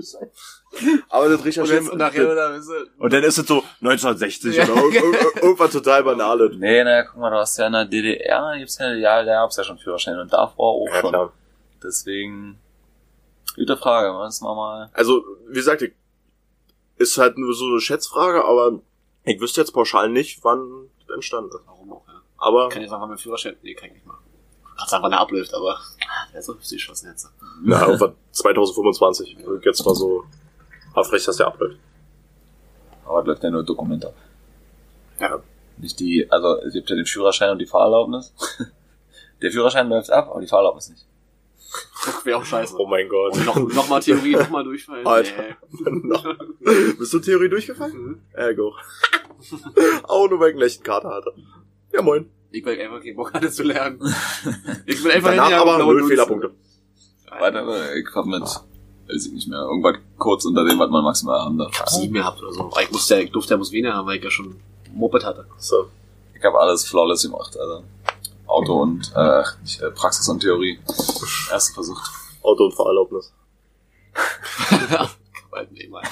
aber das und recherchieren jetzt nachher, oder, weißt du, und dann ist es so neunzehnhundertsechzig Ja. oder ir- ir- irgendwas total Banales. Nee, naja, guck mal, du hast ja in der D D R, gibt's ja, ja, da gab's ja schon Führerschein und davor auch Ja, schon. klar. Deswegen, gute Frage, müssen wir mal. Also, wie gesagt, ich- ist halt nur so eine Schätzfrage, aber ich wüsste jetzt pauschal nicht, wann das entstanden ist. warum auch, ja. Aber, Ich kann dir sagen, wann mein Führerschein, nee, kann ich nicht machen. Ich kann sagen, wann er abläuft, aber, ja, so wüsste ich schon jetzt. na, irgendwann zweitausendfünfundzwanzig, jetzt mal so aufrecht, dass der abläuft. Aber das läuft ja nur Dokument ab. Ja. Nicht die, also, es gibt ja den Führerschein und die Fahrerlaubnis. Der Führerschein läuft ab, aber die Fahrerlaubnis nicht. Zug wäre auch scheiße. Oh mein Gott. Und noch, noch mal Theorie, noch mal durchfallen. Alter. Nee. Bist du Theorie durchgefallen? Mhm. Ja, go. Auch nur weil ich einen echten Kater hatte. Ja, moin. Ich will einfach keinen Bock hatte zu lernen. Ich will einfach Danach hinterher aber blaue null Null Fehlerpunkte. Weiter, ich hab mit, weiß ich nicht mehr, irgendwas kurz unter dem, was man maximal haben darf. Ich hab sieben gehabt oder so. Ich musste, ich durfte ja bloß weniger haben, weil ich ja schon ein Moped hatte. So. Ich habe alles flawless gemacht, also Auto und äh, nicht, äh, Praxis und Theorie. Ersten Versuch. Autounfallerlaubnis. Bald nicht mal.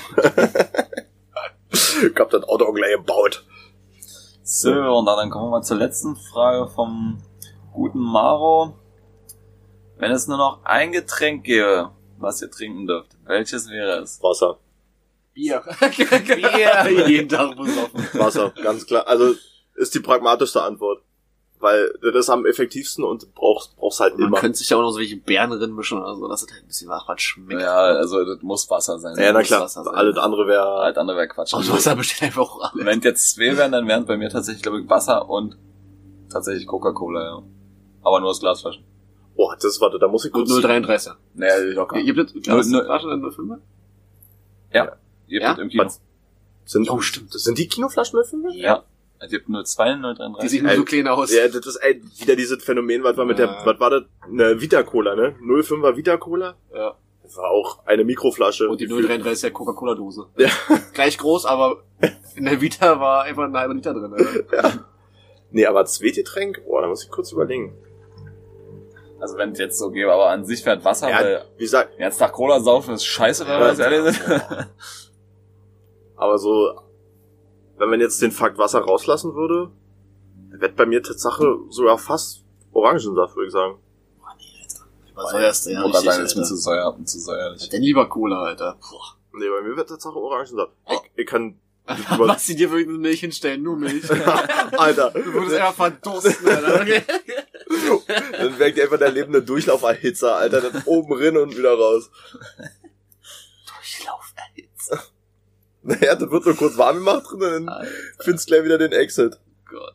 Ich hab das Auto auch gleich gebaut. So, und dann kommen wir mal zur letzten Frage vom guten Maro. Wenn es nur noch ein Getränk gäbe, was ihr trinken dürft, welches wäre es? Wasser. Bier. Bier. Jeden Tag besoffen. Wasser, ganz klar. Also, ist die pragmatischste Antwort. Weil das ist am effektivsten und du brauchst, brauchst halt Man immer. könnte sich ja auch noch so welche Beeren drin mischen oder so, dass es halt ein bisschen nach was schmeckt. Ja, also das muss Wasser sein. Ja, na muss klar. Wasser sein. Alles andere wäre... Alles andere wäre Quatsch. Aus Wasser besteht einfach auch alles. Wenn jetzt zwei wären, dann wären bei mir tatsächlich, glaube ich, Wasser und tatsächlich Coca-Cola, ja. Aber nur aus Glasflaschen. Oh, das, warte, da muss ich Und kurz... null Komma dreiunddreißig. Naja, locker. Ihr habt das Null- null- Flasche dann null Komma fünf? Ja. Ihr Ja? habt im Kino. Was? Sind, Oh, stimmt. Sind die Kinoflaschen null Komma fünf? Ja. Ihr habt null Komma zwei, null Komma Die sieht dreiunddreißig. nur Ey, so klein aus. Ja, das ist ey, wieder dieses Phänomen, was war mit der, Ja. was war das? Eine Vita-Cola, ne? null Komma fünfer Vita-Cola? Ja. Das war auch eine Mikroflasche. Und die null Komma dreiunddreißig ist ja Coca-Cola-Dose. Ja. Gleich groß, aber in der Vita war einfach ein halber Liter drin. Alter. Nee, aber Zweitgetränk? Boah, da muss ich kurz überlegen. Also wenn es jetzt so gäbe, aber an sich fährt Wasser, Ja, weil wie gesagt, den ganzen Tag Cola saufen ist scheiße, wenn wir Ja. das ehrlich sind. aber so, wenn man jetzt den Fakt Wasser rauslassen würde, wird bei mir Tatsache sogar fast Orangensaft, würde ich sagen. Was soll das denn? Ich Ja, wollte richtig, sagen, ist mir Alter. zu säuer, zu säuerlich. Denn lieber Cola, Alter. Boah. Nee, bei mir wird Tatsache Orangensaft. Ich, ich kann, Was sie dir wirklich eine Milch hinstellen? Nur Milch. Alter, Du würdest einfach verdursten, Alter. Okay. dann wäre ich einfach der lebende Durchlauferhitzer, Alter, dann oben rein und wieder raus. Durchlauf erhitzt. Naja, das wird nur kurz warm gemacht drin und dann findest gleich wieder den Exit. Gott.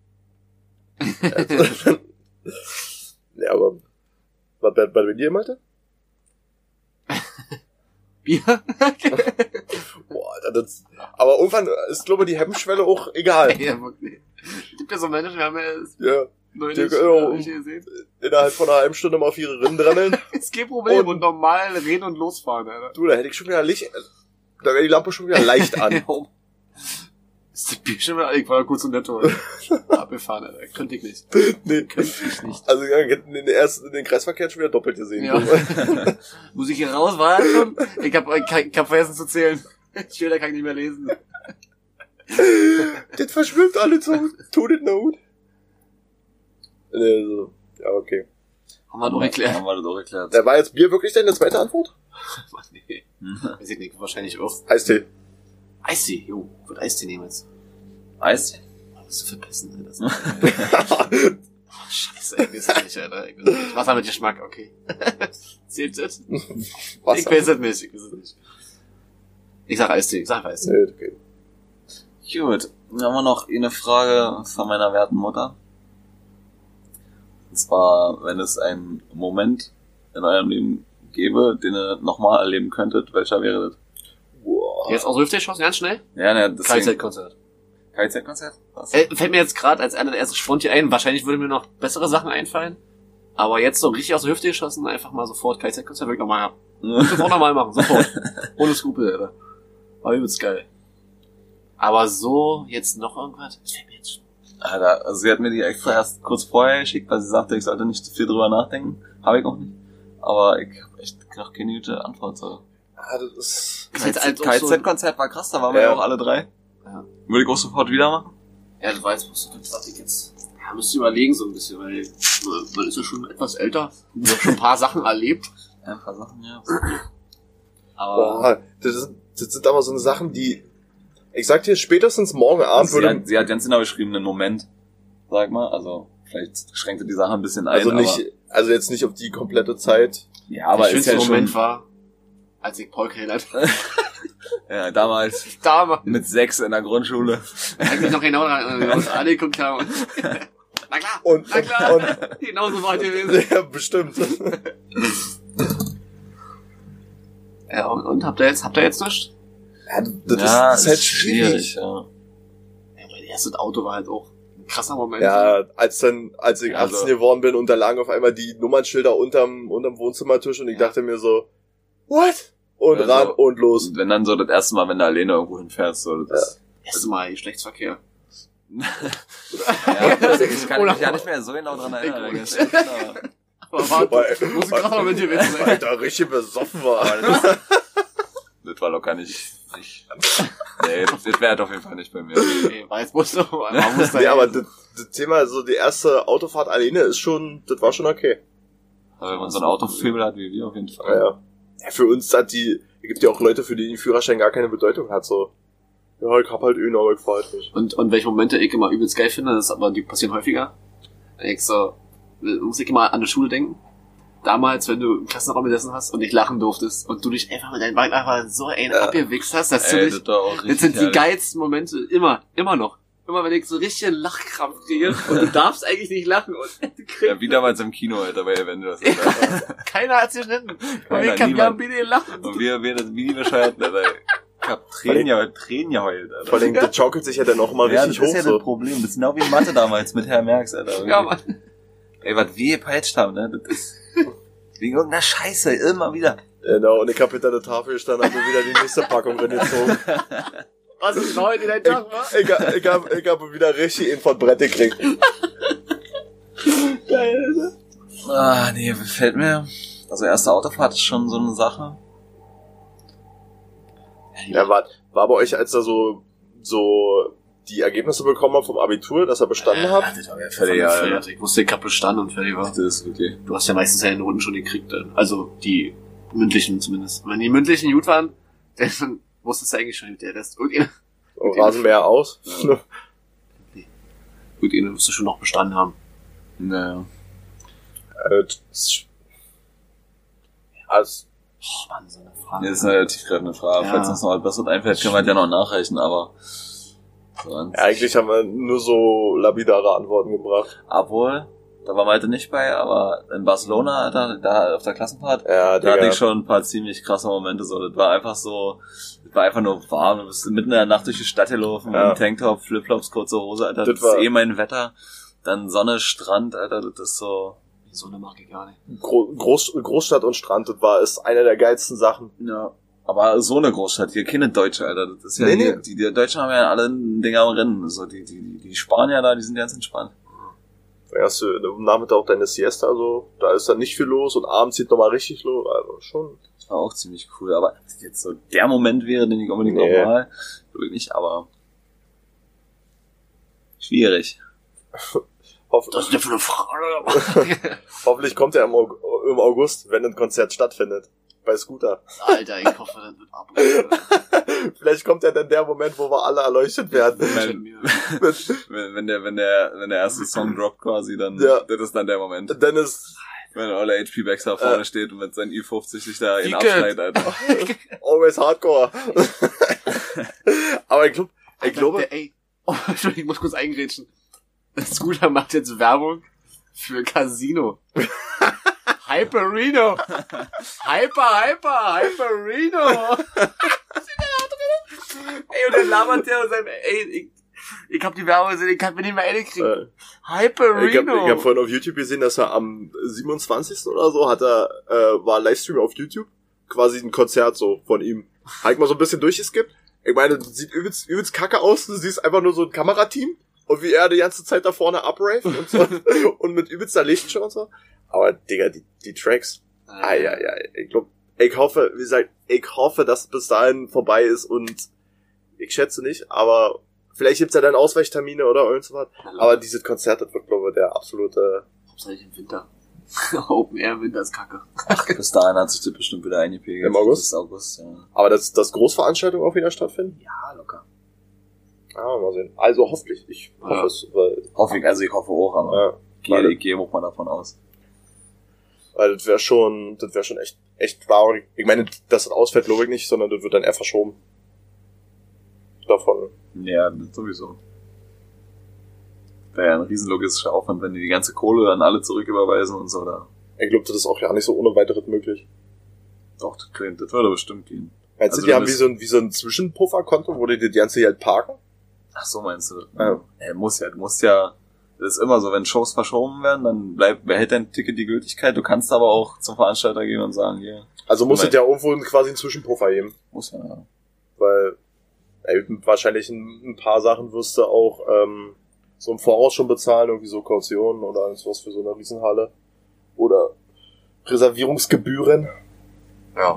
Also, ja, aber, was bei, bei dir, Malte? Bier? Boah, Alter, das, aber irgendwann ist, glaube ich, die Hemmschwelle auch egal. Ja, wirklich. Es gibt ja so Menschen, wir haben ja Ja, neulich Die- oh. äh, welche gesehen. innerhalb von einer halben Stunde mal auf ihre Rinnen dremmeln. Ist kein Problem. Und- Und, normal reden und losfahren, Alter. Du, da hätte ich schon wieder Licht, da wäre die Lampe schon wieder leicht an. Ist das Bier schon wieder? Ich war kurz und netto. Abgefahren, Alter. Könnte ich nicht. Nee. Könnte ich nicht. Also, ja, in den ersten, in den Kreisverkehr schon wieder doppelt gesehen. Ja. Muss ich hier raus? War das schon? Ich hab, ich, ich hab vergessen zu zählen. Schilder kann ich nicht mehr lesen. Das verschwimmt alles so. Tut it not. Nee, so. Ja, okay. Haben wir doch erklärt. Haben wir das auch erklärt. Da war jetzt Bier wirklich deine zweite Antwort? Mann, nee. Weiß ich nicht, wahrscheinlich auch. Eistee. Eistee, jo. Ich würde Eistee nehmen jetzt. Eis? Was bist du verpissen, Alter? Das ist- Oh, Scheiße, ey, weiß ich nicht, Alter. Ich weiß nicht. Wasser mit Geschmack, okay. Zählt das? Ich Wasser. weiß es nicht, ich weiß es nicht. Ich sag Eistee, ich sag Eistee. Nee, okay. Gut, dann haben wir noch eine Frage von meiner werten Mutter. Und zwar, wenn es einen Moment in eurem Leben gäbe, den ihr nochmal erleben könntet, welcher wäre das? Boah. Jetzt aus der Hüfte geschossen, ganz schnell? Ja, ne, das K Z-Konzert. K Z-Konzert? Was? Äh, fällt mir jetzt gerade als einer der ersten spontan ein. Wahrscheinlich würde mir noch bessere Sachen einfallen. Aber jetzt so richtig aus der Hüfte geschossen, einfach mal sofort K Z-Konzert würde ich nochmal haben. Sofort nochmal machen, sofort. Ohne Skrupel, Alter. War übelst geil. Aber so, jetzt noch irgendwas? Das fällt mir jetzt Alter, also sie hat mir die extra erst kurz vorher geschickt, weil sie sagte, ich sollte nicht zu viel drüber nachdenken. Habe ich auch nicht. Aber ich hab echt noch keine gute Antwort. So. Ah, das ist... Ist jetzt halt auch so- K Z-Konzert war krass, da waren wir Ja. ja auch alle drei. Ja. Würde ich auch sofort wieder machen. Ja, das war jetzt, das dachte ich jetzt. Ja, müsst ihr überlegen so ein bisschen, weil man ist ja schon etwas älter. Man hat schon ein paar Sachen erlebt. Ja, ein paar Sachen, ja. Aber Boah, das, ist, das sind aber so eine Sachen, die... Ich sag dir, spätestens morgen Abend Sie würde... hat, sie hat ganz genau beschrieben, einen Moment, sag mal. Also, vielleicht schränkte die Sache ein bisschen ein. Also nicht, aber, also jetzt nicht auf die komplette Zeit. ja, aber der ist schönste ja Moment schon, war, als ich Paul kennengelernt habe. ja, damals Damals. mit sechs in der Grundschule. Ich mich noch genau daran, als wir uns alle geguckt haben. Na klar, Und, na klar. und Genauso war es gewesen. ja, bestimmt. Ja, und, und habt ihr jetzt, habt ihr jetzt nichts? Ja, das, Ja, ist, das ist halt schwierig. ja. Ja, mein erstes Auto war halt auch ein krasser Moment. Ja, als dann, als ich Also- achtzehn geworden bin und da lagen auf einmal die Nummernschilder unterm, unterm Wohnzimmertisch und ich Ja. dachte mir so, what? Und Also- ran und los. Und wenn dann so das erste Mal, wenn du alleine irgendwo hinfährst, so, das Erste Mal Geschlechtsverkehr. ja, das, ich kann mich ja nicht mehr so genau dran erinnern. Ich- Das ist echt, aber- Aber warte, Weil- ich muss gerade mal mit dir Weil wissen. weil ich da richtig besoffen war. aber das, das war locker nicht, nicht nee, das, das wäre auf jeden Fall nicht bei mir. Nee, weiß musst du, man muss da Nee, aber hin. das, das Thema, so die erste Autofahrt alleine ist schon, das war schon okay. Aber wenn man so ein Autofilm hat wie wir, auf jeden Fall. Ja, ja. Ja, für uns hat die, es gibt ja auch Leute, für die ein Führerschein gar keine Bedeutung hat, so. Ja, ich hab halt eh noch, ich fahr halt nicht. Und, und welche Momente ich immer übelst geil finde, das ist aber, die passieren häufiger. Ich so, muss ich immer an der Schule denken. Damals, wenn du im Klassenraum gesessen hast und nicht lachen durftest und du dich einfach mit deinem Bein einfach so einen Ja. abgewichst hast, dass Ey, du das dich, war auch das richtig sind die herrlich. geilsten Momente, immer, immer noch. Immer wenn ich so richtig einen Lachkrampf kriege und du darfst eigentlich nicht lachen und du kriegst, Ja, wie damals im Kino, Alter, bei Avengers. Ja. Alter. keiner hat's geschnitten. Und Keiner, wir kann, wir niemand. haben bitte gelacht. Und wir, wir, das wie bescheuert, Alter. Ich hab Tränen, ja, Tränen geheult, Alter. Vor allem, das schaukelt sich ja dann auch immer Ja, richtig das ist hoch, ja so. das Problem. Das ist genau wie in Mathe damals mit Herr Merx, Alter. Ja, Mann. Ey, was wir gepeitscht haben, ne? Das ist wegen irgendeiner Scheiße, immer wieder. Genau, und ich hab hinter der Tafel gestanden, hab mir wieder die nächste Packung reingezogen. Was ist denn heute dein Tag, wa? Ich, ich, ich, hab, ich hab wieder richtig in von Brett gekriegt. Geil, Ah, nee, fällt mir. Also erste Autofahrt ist schon so eine Sache. Ja, war, war bei euch, als er so, so die Ergebnisse bekommen hat vom Abitur, dass er bestanden hat? Das war ja Fertig, ja, ja, Alter. Ich wusste, ich hab bestanden und fertig war. Das ist wirklich. Du hast ja meistens ja in den Runden schon gekriegt, dann. Also die mündlichen zumindest. Wenn die mündlichen gut waren, dann wusstest du eigentlich schon mit der Rest. Irgendeine, Oh, Rasenmäher aus. Ja. irgendeine wirst du schon noch bestanden haben. Naja. Äh, das ist- Also, Oh Mann, so eine Frage. Nee, das ist eine tiefgreifende Frage. Ja. Falls uns noch was Besseres einfällt, können wir halt ja noch nachreichen, aber. So an ja, eigentlich haben wir nur so labidare Antworten gebracht. Obwohl, da war Malte nicht bei, aber in Barcelona, Alter, da auf der Klassenfahrt, Ja, da hatte Digga. ich schon ein paar ziemlich krasse Momente so. Das war einfach so, das war einfach nur warm. Du bist mitten in der Nacht durch die Stadt gelaufen, Ja. im Tanktop, Flipflops, kurze Hose, Alter. Das Das, war- ist eh mein Wetter. Dann Sonne, Strand, Alter, das ist so. Die Sonne mag ich gar nicht. Gro Groß Großstadt und Strand, das war, ist eine der geilsten Sachen. Ja. Aber so eine Großstadt hier, keine Deutsche, Alter. Das ist ja Nee, hier, nee. Die, die Deutschen haben ja alle ein Ding am Rennen. So, die, die, die, die Spanier da, die sind ganz entspannt. Da hast du am Nachmittag auch deine Siesta, also, da ist dann nicht viel los und abends sieht nochmal richtig los, also schon. Das war auch ziemlich cool. Aber dass jetzt so der Moment wäre, den ich unbedingt Nee. nochmal, glaube ich nicht, aber schwierig. Hoff Das ist eine für eine Frage. Hoffentlich kommt er im, Aug im August, wenn ein Konzert stattfindet. Bei Scooter. Alter, ich hoffe, das wird abbrechen. Vielleicht kommt ja dann der Moment, wo wir alle erleuchtet werden. Wenn, wenn, wenn der, wenn der, wenn der erste Song droppt quasi, dann, Ja. das ist dann der Moment. Dann ist Wenn Ola H P Baxter vorne Äh. steht und mit seinen I fünfzig sich da in Wie abschneidet, Alter. always hardcore. Aber ich, glaub, ich glaube, Der, ey, oh, Entschuldigung, ich muss kurz eingrätschen. Scooter macht jetzt Werbung für Casino. Hyperino! Hyper, hyper, Hyperino! Ey, und dann labert der und sagt, ey, ich, ich hab die Werbung gesehen, ich kann mir nicht mehr eine kriegen. äh, Hyperino! ich habe ich hab vorhin auf YouTube gesehen, dass er am siebenundzwanzigsten oder so hat er, äh, war Livestream auf YouTube, quasi ein Konzert so von ihm. Hab ich mal so ein bisschen durchgeskippt. Ich meine, das sieht übelst, übelst kacke aus, du siehst einfach nur so ein Kamerateam und wie er die ganze Zeit da vorne abraved und so und mit übelster Lichtshow und so. Aber, Digga, die, die Tracks. Ah, ja, ja, ich glaub, ich hoffe, wie gesagt, ich hoffe, dass es bis dahin vorbei ist und ich schätze nicht, aber vielleicht gibt's ja dann Ausweichtermine oder irgend so was. Aber dieses Konzert, das wird, glaube ich, der absolute... Hauptsächlich im Winter. Open Air im Winter ist kacke. Bis dahin hat sich das bestimmt wieder eingepegelt. Im August? Bis August, ja. Aber dass, dass Großveranstaltungen auch wieder stattfinden? Ja, locker. Ah, mal sehen. Also hoffentlich. Ich hoffe Ja. es, weil, Hoffe ich, also ich hoffe auch, aber ja, ich gehe, weil, ich gehe auch mal davon aus. weil das wäre schon, das wäre schon echt, echt traurig. Ich meine, dass das ausfällt, glaube ich nicht, sondern das wird dann eher verschoben. Davon. Ja, das sowieso. Wäre ja ein riesen logistischer Aufwand, wenn die die ganze Kohle an alle zurücküberweisen und so, da. Ich glaube, das ist auch ja nicht so ohne weiteres möglich. Doch, das, könnte, das würde bestimmt gehen. Meinst Also du, die du haben wie bist- so ein, wie so ein Zwischenpufferkonto, wo die die ganze Geld parken? Ach so, meinst du? Ja. Ja, muss ja, du musst ja, das ist immer so, wenn Shows verschoben werden, dann bleibt, behält dein Ticket die Gültigkeit. Du kannst aber auch zum Veranstalter gehen und sagen, hier, Also muss es Moment. ja irgendwo quasi einen Zwischenpuffer geben. muss ja, ja. Weil ey, wahrscheinlich ein, ein paar Sachen wirst du auch ähm, so im Voraus schon bezahlen, irgendwie so Kautionen oder sowas für so eine Riesenhalle. Oder Reservierungsgebühren. Ja.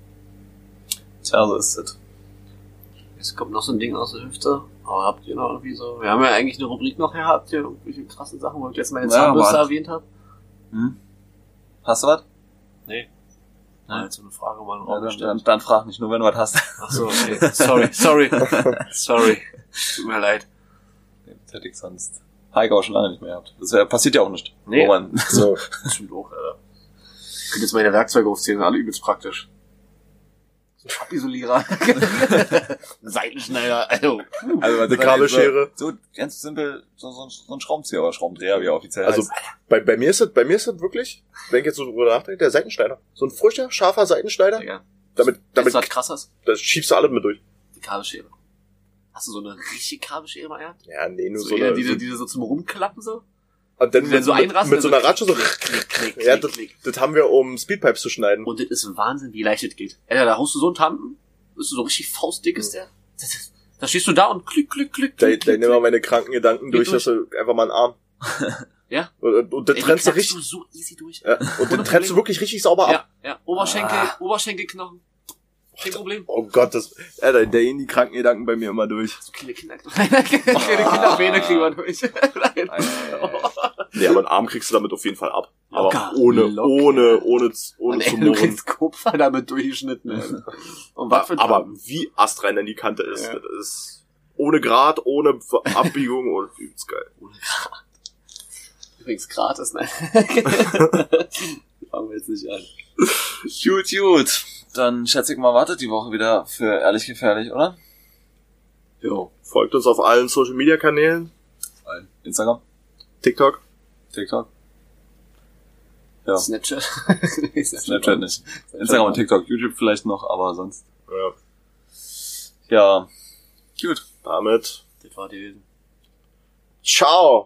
Tja, so ist es. Jetzt kommt noch so ein Ding aus der Hüfte. Aber habt ihr noch irgendwie so... Wir haben ja eigentlich eine Rubrik noch gehabt, hier irgendwelche krassen Sachen, wo ich jetzt meine Ja, Zahnbürste aber- erwähnt habe. Hm? Hast du was? Nee. Nein. Nein, so eine Frage mal Ja, im Raum dann, dann, gestellt. dann frag mich nur, wenn du was hast. Ach so, okay. Sorry, sorry. Sorry. Tut mir leid. Das hätte ich sonst. Heike auch schon lange nicht mehr gehabt. Das wär, passiert ja auch nicht. Nee. Wo man, So. Das stimmt auch, Alter. Ich könnte jetzt meine Werkzeuge aufzählen, alle übelst praktisch. So ein Schabisolierer. Seitenschneider, also. also Eine Kabelschere. So, so ganz simpel, so, so, so ein Schraubenzieher oder Schraubendreher, wie er offiziell Also heißt. bei, bei mir ist es, bei mir ist es wirklich, wenn ich jetzt so drüber nachdenke, der Seitenschneider. So ein frischer, scharfer Seitenschneider. Digga. Damit, Damit damit, was krasses? das schiebst du alles mit durch. Die Kabelschere. Hast du so eine richtige Kabelschere mal gehabt? Ja, nee, nur So, so, eher eine, die, so die, die so zum Rumklappen so? und dann die dann mit, so mit, einrasten, mit so einer so Ratsche so, klick, klick, klick, ja, klick, das, klick. das haben wir, um Speedpipes zu schneiden. Und das ist Wahnsinn, wie leicht das geht. Alter, da haust du so einen Tanten, bist du so richtig faustdick ist der. Da stehst du da und klick, klick, klick, Da, klick, da klick, nehmen wir klick. meine kranken Gedanken Geht durch, dass du einfach mal einen Arm. Ja. Und, und, und das Ey, die trennst du knackst richtig, du so easy durch. ja, und Ohne dann trennst Problem. du wirklich richtig sauber ab. Ja, ja. Oberschenkel, Ah. Oberschenkelknochen. Kein Problem. Oh Gott, das, ja, da, da gehen die kranken Gedanken bei mir immer durch. So kleine Kinder, kleine Kinderbeine kriegen wir durch. Nein. Nee, aber einen Arm kriegst du damit auf jeden Fall ab. Locker. Aber ohne, Locker. ohne, ohne, ohne Und zu ey, du murren. kriegst Kupfer damit durchgeschnitten. ey. Und was für ein Aber Tanten. wie astrein denn die Kante ist, Ja. das ist ohne Grad, ohne Abbiegung und übelst geil. Übrigens gratis, nein. Fangen wir jetzt nicht an. Gut, gut. Dann schätze ich mal, wartet die Woche wieder für Ehrlich Gefährlich, oder? Jo. Folgt uns auf allen Social Media Kanälen, Instagram, TikTok. TikTok. Ja, Snapchat. Snapchat nicht. Instagram und TikTok, YouTube vielleicht noch, aber sonst. Ja, Ja. Gut. damit Das war die gewesen. ciao.